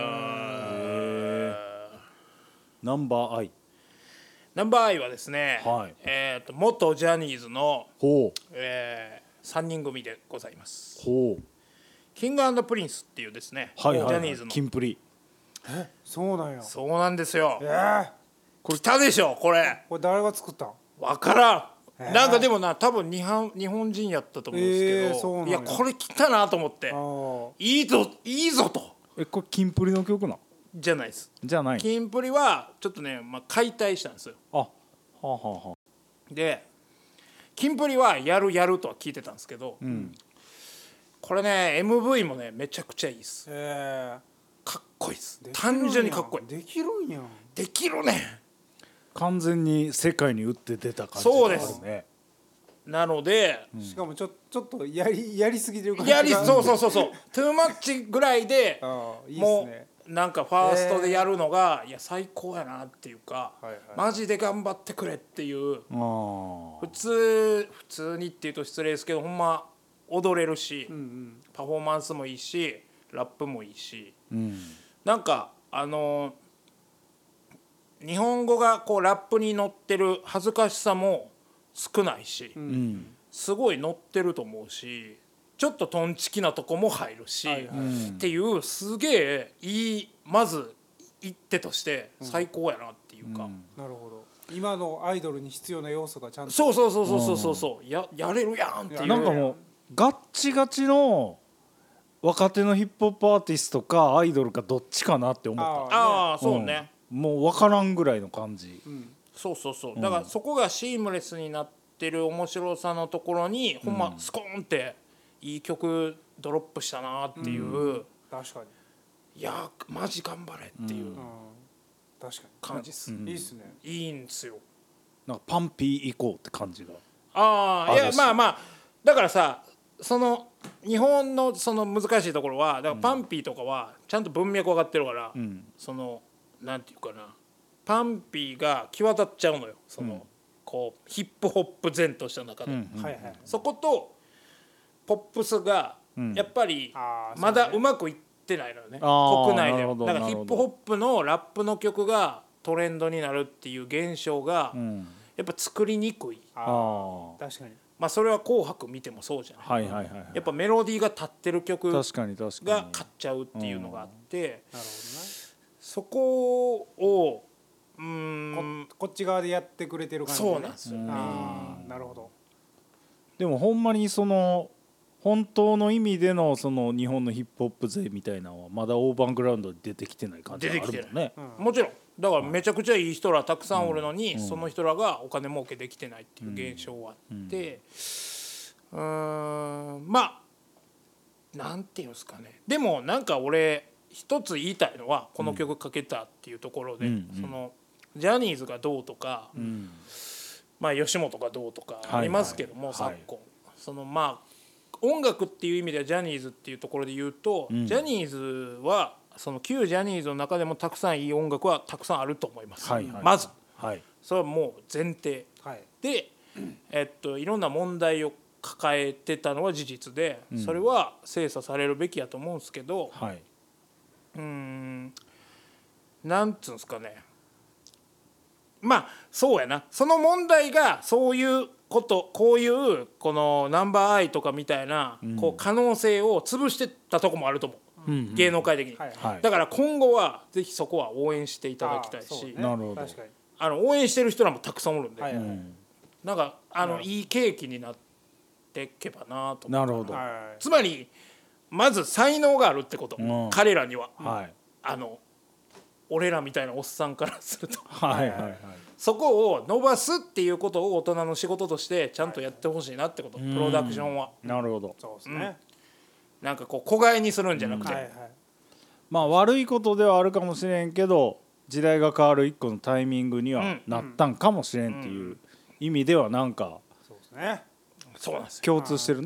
Speaker 1: ナンバーアイ。
Speaker 2: ナンバーアイはですね、
Speaker 1: はい
Speaker 2: えー、と元ジャニーズの、
Speaker 1: ほう
Speaker 2: えー、さんにん組でございます。
Speaker 1: ほう。
Speaker 2: キング&プリンスっていうですね、
Speaker 1: はいはい、はい
Speaker 2: ジャニーズの
Speaker 1: キンプリ。
Speaker 3: そうなんや
Speaker 2: そうなんですよ。
Speaker 3: えー、
Speaker 2: 来たでしょこれ。
Speaker 3: これ誰が作ったん
Speaker 2: わからん、
Speaker 3: えー
Speaker 2: なんかでもな多分日本日本人やったと思うんですけど、
Speaker 3: えーそうなんや
Speaker 2: いやこれ来たなと思って
Speaker 3: あー
Speaker 2: いいぞいいぞと
Speaker 1: えこれキンプリの曲なん
Speaker 2: じゃないです。
Speaker 1: じゃない。
Speaker 2: キンプリはちょっとね、まあ、解体したんですよ。
Speaker 1: あはあはあはあ。
Speaker 2: でキンプリはやるやるとは聞いてたんですけど、
Speaker 1: うん。
Speaker 2: これね エムブイ もねめちゃくちゃいいです。
Speaker 3: え
Speaker 2: かっこいいです
Speaker 3: ー、できるんや
Speaker 2: 単純にかっこいい。
Speaker 3: できるんやん
Speaker 2: できるね。
Speaker 1: 完全に世界に打って出た感じ
Speaker 2: そうです
Speaker 1: があるね。
Speaker 2: なので、
Speaker 3: しかもちょちょっとやりやりすぎてる感じが
Speaker 2: やりそうそうそうそうトゥーマッチぐらいで
Speaker 3: あーいいっす
Speaker 2: も
Speaker 3: ね
Speaker 2: うなんかファーストでやるのが、いや最高やなっていうか、
Speaker 3: はいはい
Speaker 2: マジで頑張ってくれっていう
Speaker 1: ああ。
Speaker 2: 普通普通にっていうと失礼ですけどほんま踊れるし、
Speaker 3: うんうん
Speaker 2: パフォーマンスもいいしラップもいいし
Speaker 1: うん。
Speaker 2: なんかあの日本語がこうラップに乗ってる恥ずかしさも少ないし、
Speaker 1: うん。
Speaker 2: すごい乗ってると思うしちょっとトンチキなとこも入るし、
Speaker 3: はいはい
Speaker 2: っていうすげえいいまず一手として最高やなっていうか、
Speaker 3: なるほど今のアイドルに必要な要素がちゃんと
Speaker 2: そうそうそうそうそうそうそうややれるやんっていう。
Speaker 1: なんかもうガッチガチの若手のヒップホップアーティストかアイドルかどっちかなって思った。
Speaker 3: あ
Speaker 2: ああそうね、
Speaker 1: もう分からんぐらいの感じ。
Speaker 3: うん
Speaker 2: そうそうそうだからそこがシームレスになってる面白さのところに、ほんまスコーンっていい曲ドロップしたなっていう、
Speaker 3: 確かに
Speaker 2: いやマジ頑張れっていう
Speaker 3: うん確かに
Speaker 2: 感じです、
Speaker 3: いいっすね
Speaker 2: いいんですよ。
Speaker 1: なんかパンピー行こうって感じが。
Speaker 2: ああいや
Speaker 1: あるし
Speaker 2: まあまあだからさその日本のその難しいところはだからパンピーとかはちゃんと文脈分かってるから、
Speaker 1: うん。
Speaker 2: そのなんていうかなパンピーが際立っちゃうのよその、
Speaker 1: うん
Speaker 2: こうヒップホップ前とした中で、
Speaker 1: うんうん
Speaker 3: はいはい
Speaker 2: そことポップスが
Speaker 1: うん
Speaker 2: やっぱり
Speaker 3: あー
Speaker 2: まだ
Speaker 3: そうね
Speaker 2: うまくいってないのよね、
Speaker 1: あー
Speaker 2: 国内で
Speaker 1: なるほど
Speaker 2: はだからヒップホップのラップの曲がトレンドになるっていう現象が
Speaker 1: うん。
Speaker 2: やっぱ作りにくい、
Speaker 3: あ
Speaker 1: あ
Speaker 3: ー確かに
Speaker 2: まあそれは「紅白」見てもそうじゃない、
Speaker 1: あ。はいはいはいはい。
Speaker 2: やっぱメロディーが立ってる曲が
Speaker 1: 確かに確かに。
Speaker 2: 勝っちゃうっていうのがあって、
Speaker 3: なる
Speaker 2: そこをうー
Speaker 3: ほど
Speaker 2: ん
Speaker 3: ねここっち側でやってくれてる感じ
Speaker 2: そうなんですよね。
Speaker 3: あーなるほど
Speaker 1: でもほんまにその本当の意味でのその日本のヒップホップ勢みたいなのはまだオーバーグラウンドで出てきてない感じがあるもんね。
Speaker 2: もちろんだからめちゃくちゃいい人らたくさんおるのに、その人らがお金儲けできてないっていう現象はあって、うーんまあなんていうんですかねでもなんか俺一つ言いたいのはこの曲かけたっていうところで、
Speaker 1: うんうん
Speaker 2: そのジャニーズがどうとか、
Speaker 1: うん。
Speaker 2: まあ吉本がどうとかありますけども、
Speaker 1: はい
Speaker 2: 昨今そのまあ音楽っていう意味ではジャニーズっていうところで言うと、
Speaker 1: うん
Speaker 2: ジャニーズはその旧ジャニーズの中でもたくさんいい音楽はたくさんあると思います、
Speaker 1: はいはい。
Speaker 2: まず
Speaker 1: はい。
Speaker 2: それはもう前提
Speaker 3: はい
Speaker 2: で、えっと、いろんな問題を抱えてたのは事実で、
Speaker 1: うん
Speaker 2: それは精査されるべきやと思うんですけど
Speaker 1: はい。
Speaker 2: うーんなんつうんですかねまあそうやなその問題がそういうことこういうこのナンバーアイとかみたいな、
Speaker 1: うん
Speaker 2: こう可能性を潰してたとこもあると思う、
Speaker 1: うんうん
Speaker 2: 芸能界的に、
Speaker 3: はい
Speaker 1: はい。
Speaker 2: だから今後はぜひそこは応援していただきたいし
Speaker 3: あーそうね
Speaker 1: なるほど
Speaker 3: 確かに
Speaker 2: あの応援してる人らもたくさんおるんで、
Speaker 3: はいはい
Speaker 1: うん。
Speaker 2: なんかあの
Speaker 3: なるほど
Speaker 2: いい景気になっていけばなと思う
Speaker 1: なるほど。
Speaker 3: はい
Speaker 2: つまりまず才能があるってこと、
Speaker 1: うん
Speaker 2: 彼らには、
Speaker 1: はい。
Speaker 2: あの俺らみたいなおっさんからすると
Speaker 1: はいはいはい。
Speaker 2: そこを伸ばすっていうことを大人の仕事としてちゃんとやってほしいなってこと、プロダクションは
Speaker 1: なるほど。
Speaker 3: そうですね
Speaker 2: なんかこう子飼いにするんじゃなくて、
Speaker 3: はいはい
Speaker 1: まあ悪いことではあるかもしれんけど時代が変わる一個のタイミングには
Speaker 2: うん
Speaker 1: なったんかもしれんっていう意味ではなんか
Speaker 3: そうですね
Speaker 2: そうなんですよ
Speaker 1: 共通してるね。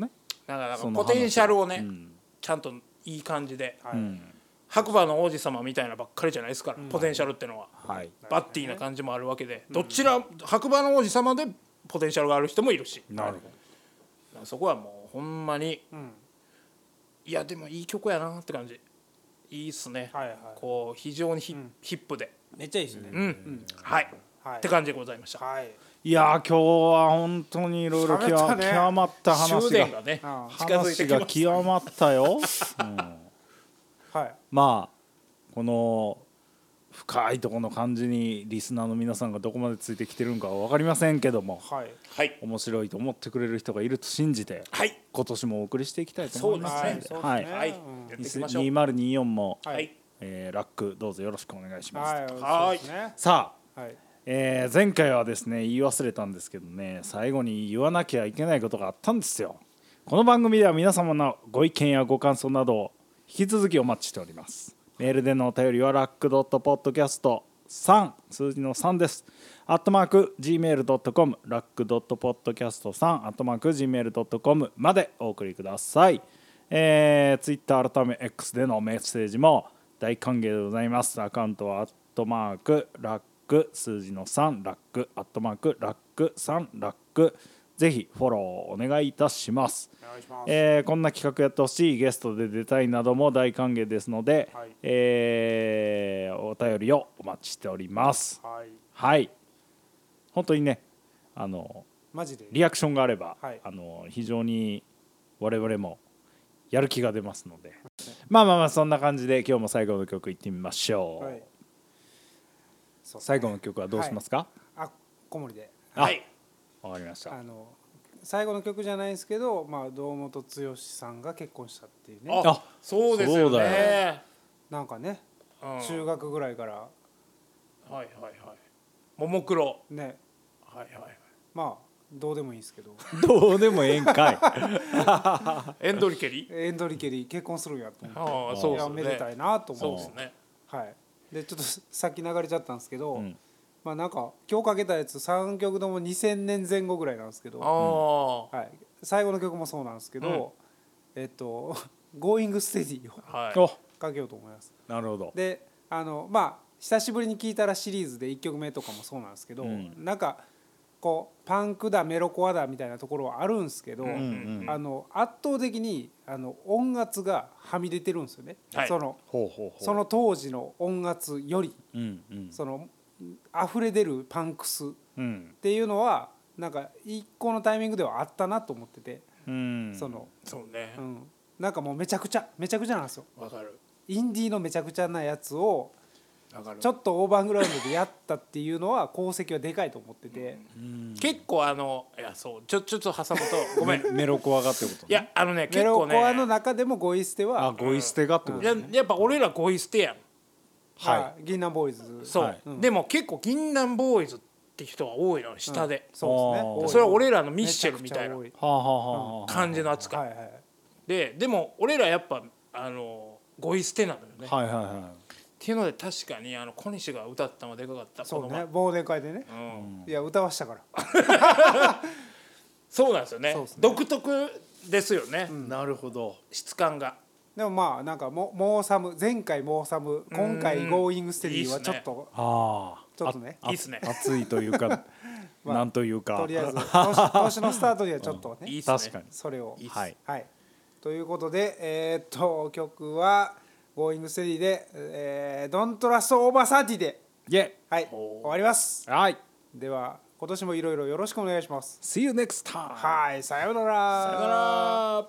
Speaker 2: だから
Speaker 1: その話
Speaker 2: ポテンシャルをね、
Speaker 1: うん
Speaker 2: ちゃんといい感じで、
Speaker 3: はい
Speaker 1: うん
Speaker 2: 白馬の王子様みたいなばっかりじゃないですから、ポテンシャルってのは、
Speaker 1: はい
Speaker 2: バッティーな感じもあるわけで、どちら白馬の王子様でポテンシャルがある人もいるし、
Speaker 1: なるほど
Speaker 2: そこはもうほんまに、
Speaker 3: うん
Speaker 2: いやでもいい曲やなって感じ。いいっすね、
Speaker 3: はいはい
Speaker 2: こう非常にヒ,、ヒップで、
Speaker 3: めっちゃいいですね
Speaker 2: うんはい、
Speaker 3: はい
Speaker 2: って感じでございました。
Speaker 3: はい
Speaker 1: いやー今日は本当にいろいろ極
Speaker 3: 喋ったね
Speaker 1: 極まった話
Speaker 2: 終電
Speaker 1: が
Speaker 2: がね
Speaker 3: ああ
Speaker 2: 近づいて
Speaker 1: 話が
Speaker 2: きます。
Speaker 1: 極まったよ、うん
Speaker 3: はい
Speaker 1: まあこの深いところの感じにリスナーの皆さんがどこまでついてきてるんかは分かりませんけども、
Speaker 3: はい
Speaker 2: はい
Speaker 1: 面白いと思ってくれる人がいると信じて
Speaker 2: はい
Speaker 1: 今年もお送りしていきたいと思いますので、
Speaker 2: そうです
Speaker 3: ね
Speaker 1: はい
Speaker 3: そうですね
Speaker 2: はい、
Speaker 3: うん
Speaker 2: やっていきましょう。
Speaker 1: にせんにじゅうよんも、
Speaker 2: はい
Speaker 1: えーラックどうぞよろしくお願いします、
Speaker 3: はい
Speaker 2: はい
Speaker 3: そうですね
Speaker 1: さあ、
Speaker 3: はい
Speaker 1: えー前回はですね言い忘れたんですけどね最後に言わなきゃいけないことがあったんですよ。この番組では皆様のご意見やご感想などを引き続きお待ちしております。メールでのお便りはラックドットポッドキャストさん数字のさんですアットマーク ジーメールドットコム ラックドットポッドキャストさんアットマーク ジーメールドットコム までお送りください。えー、ツイッター改め X でのメッセージも大歓迎でございます。アカウントはアットマークラック数字のさんラックアットマークラックさんラックぜひフォローお願いいたします。
Speaker 3: お願いします
Speaker 1: えーこんな企画やってほしいゲストで出たいなども大歓迎ですので、
Speaker 3: はい
Speaker 1: えーお便りをお待ちしております。
Speaker 3: はい
Speaker 1: はい本当にねあの
Speaker 3: マジで
Speaker 1: リアクションがあれば、
Speaker 3: はい
Speaker 1: あの非常に我々もやる気が出ますのでまあまあまあそんな感じで今日も最後の曲いってみましょう、
Speaker 3: はいそう
Speaker 1: 最後の曲はどうしますか？
Speaker 3: あ小森で
Speaker 1: あ
Speaker 2: はい
Speaker 1: わかりました。
Speaker 3: あの最後の曲じゃないんですけど、まあ、堂本剛さんが結婚したっていうね
Speaker 2: あ
Speaker 1: あ
Speaker 2: そうですよ
Speaker 1: そうだ
Speaker 2: ね。
Speaker 3: なんかね
Speaker 2: うん
Speaker 3: 中学ぐらいから
Speaker 2: はいはいはい。ももクロ。
Speaker 3: ね
Speaker 2: はいはいはい。
Speaker 3: まあどうでもいいんですけど
Speaker 1: どうでもええんかい
Speaker 2: エンドリケリ。
Speaker 3: エンドリケリ結婚するんやと思って
Speaker 2: ああそう
Speaker 3: い
Speaker 2: ですね。
Speaker 3: やめでたいなと思って
Speaker 2: そうですね。
Speaker 3: はいでちょっとさっき流れちゃったんですけど、
Speaker 1: うん
Speaker 3: まあなんか今日かけたやつさんきょくともにせんねんぜん後ぐらいなんですけど、
Speaker 2: あ
Speaker 3: はい、最後の曲もそうなんですけど、えっと「Going Steady」を
Speaker 2: あ。はい。
Speaker 1: お
Speaker 3: かけようと思います。
Speaker 1: なるほど。
Speaker 3: であのまあ久しぶりに聴いたらシリーズでいっきょくめとかもそうなんですけど、
Speaker 1: うん
Speaker 3: なんかこうパンクだメロコアだみたいなところはあるんですけど、
Speaker 2: うん
Speaker 1: うん
Speaker 3: あの圧倒的にあの音圧がはみ出てるんですよね、
Speaker 2: はい
Speaker 3: その
Speaker 1: ほうほうほう
Speaker 3: その当時の音圧より
Speaker 1: うんうん
Speaker 3: その溢れ出るパンクスっ
Speaker 1: うん
Speaker 3: ていうのはなんか一個のタイミングではあったなと思ってて、
Speaker 1: うん
Speaker 3: その、
Speaker 2: そうね
Speaker 3: う。ん、なんかもうめちゃくちゃめちゃくちゃなんですよ。
Speaker 2: わかる。
Speaker 3: インディーのめちゃくちゃなやつを
Speaker 2: わかる。
Speaker 3: ちょっとオーバーグラウンドでやったっていうのは功績はでかいと思ってて、
Speaker 2: 結構あのいやそうちょちょっと挟むとごめん。い
Speaker 1: メロコアがってことね。
Speaker 2: やあのね
Speaker 3: メロ
Speaker 2: 結構
Speaker 3: コアの
Speaker 2: ね。
Speaker 3: 中でもゴイステ
Speaker 1: あ
Speaker 3: は
Speaker 1: ゴイ捨てがってこと
Speaker 2: や
Speaker 1: ね。
Speaker 2: やっぱ俺らゴイ捨てやん。
Speaker 1: は
Speaker 3: 銀杏ボーイズ
Speaker 2: そう、
Speaker 1: はい
Speaker 3: うん
Speaker 2: でも結構銀杏ボーイズって人が多いの下で、
Speaker 3: そうですね
Speaker 1: あー
Speaker 3: 多い
Speaker 2: それは俺らのミッシェルみたいな
Speaker 3: めちゃくち
Speaker 1: はあはあはあはあ。
Speaker 2: 感じの扱い、
Speaker 3: ゃ多いはいはい
Speaker 2: ででも俺らやっぱあのゴイ捨てなのよね、
Speaker 1: はいはいは
Speaker 2: っていうので確かにあの小西が歌ったのでかかった
Speaker 3: そう
Speaker 2: この前
Speaker 3: ね忘年会でね、
Speaker 2: うん
Speaker 3: いや歌わしたから
Speaker 2: そうなんですよね
Speaker 3: そうですね
Speaker 2: 独特ですよね、
Speaker 1: い。なるほど。
Speaker 2: 質感が
Speaker 3: でもまあなんかモモーサム前回モーサム今回ゴーイングステディはちょっと
Speaker 1: ああ。
Speaker 3: ちょっとね
Speaker 1: あ
Speaker 2: いいっすね
Speaker 1: 熱いというか
Speaker 3: まあ
Speaker 1: なんというか。
Speaker 3: とりあえず年年のスタートにはちょっとね
Speaker 2: いいっすね
Speaker 1: 確かに。
Speaker 3: それを
Speaker 2: いいっす
Speaker 1: はい。
Speaker 3: はいということでえーっと曲はゴーイングステディでえー Don't Trust Over サーティで
Speaker 1: イェ
Speaker 3: はい終わります
Speaker 1: はい。
Speaker 3: では今年もいろいろよろしくお願いします
Speaker 1: See you next time.
Speaker 3: はいさようなら
Speaker 2: さよなら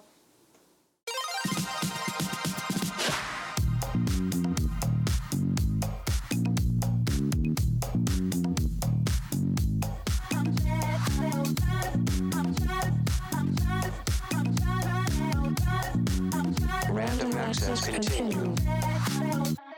Speaker 4: Random access continued.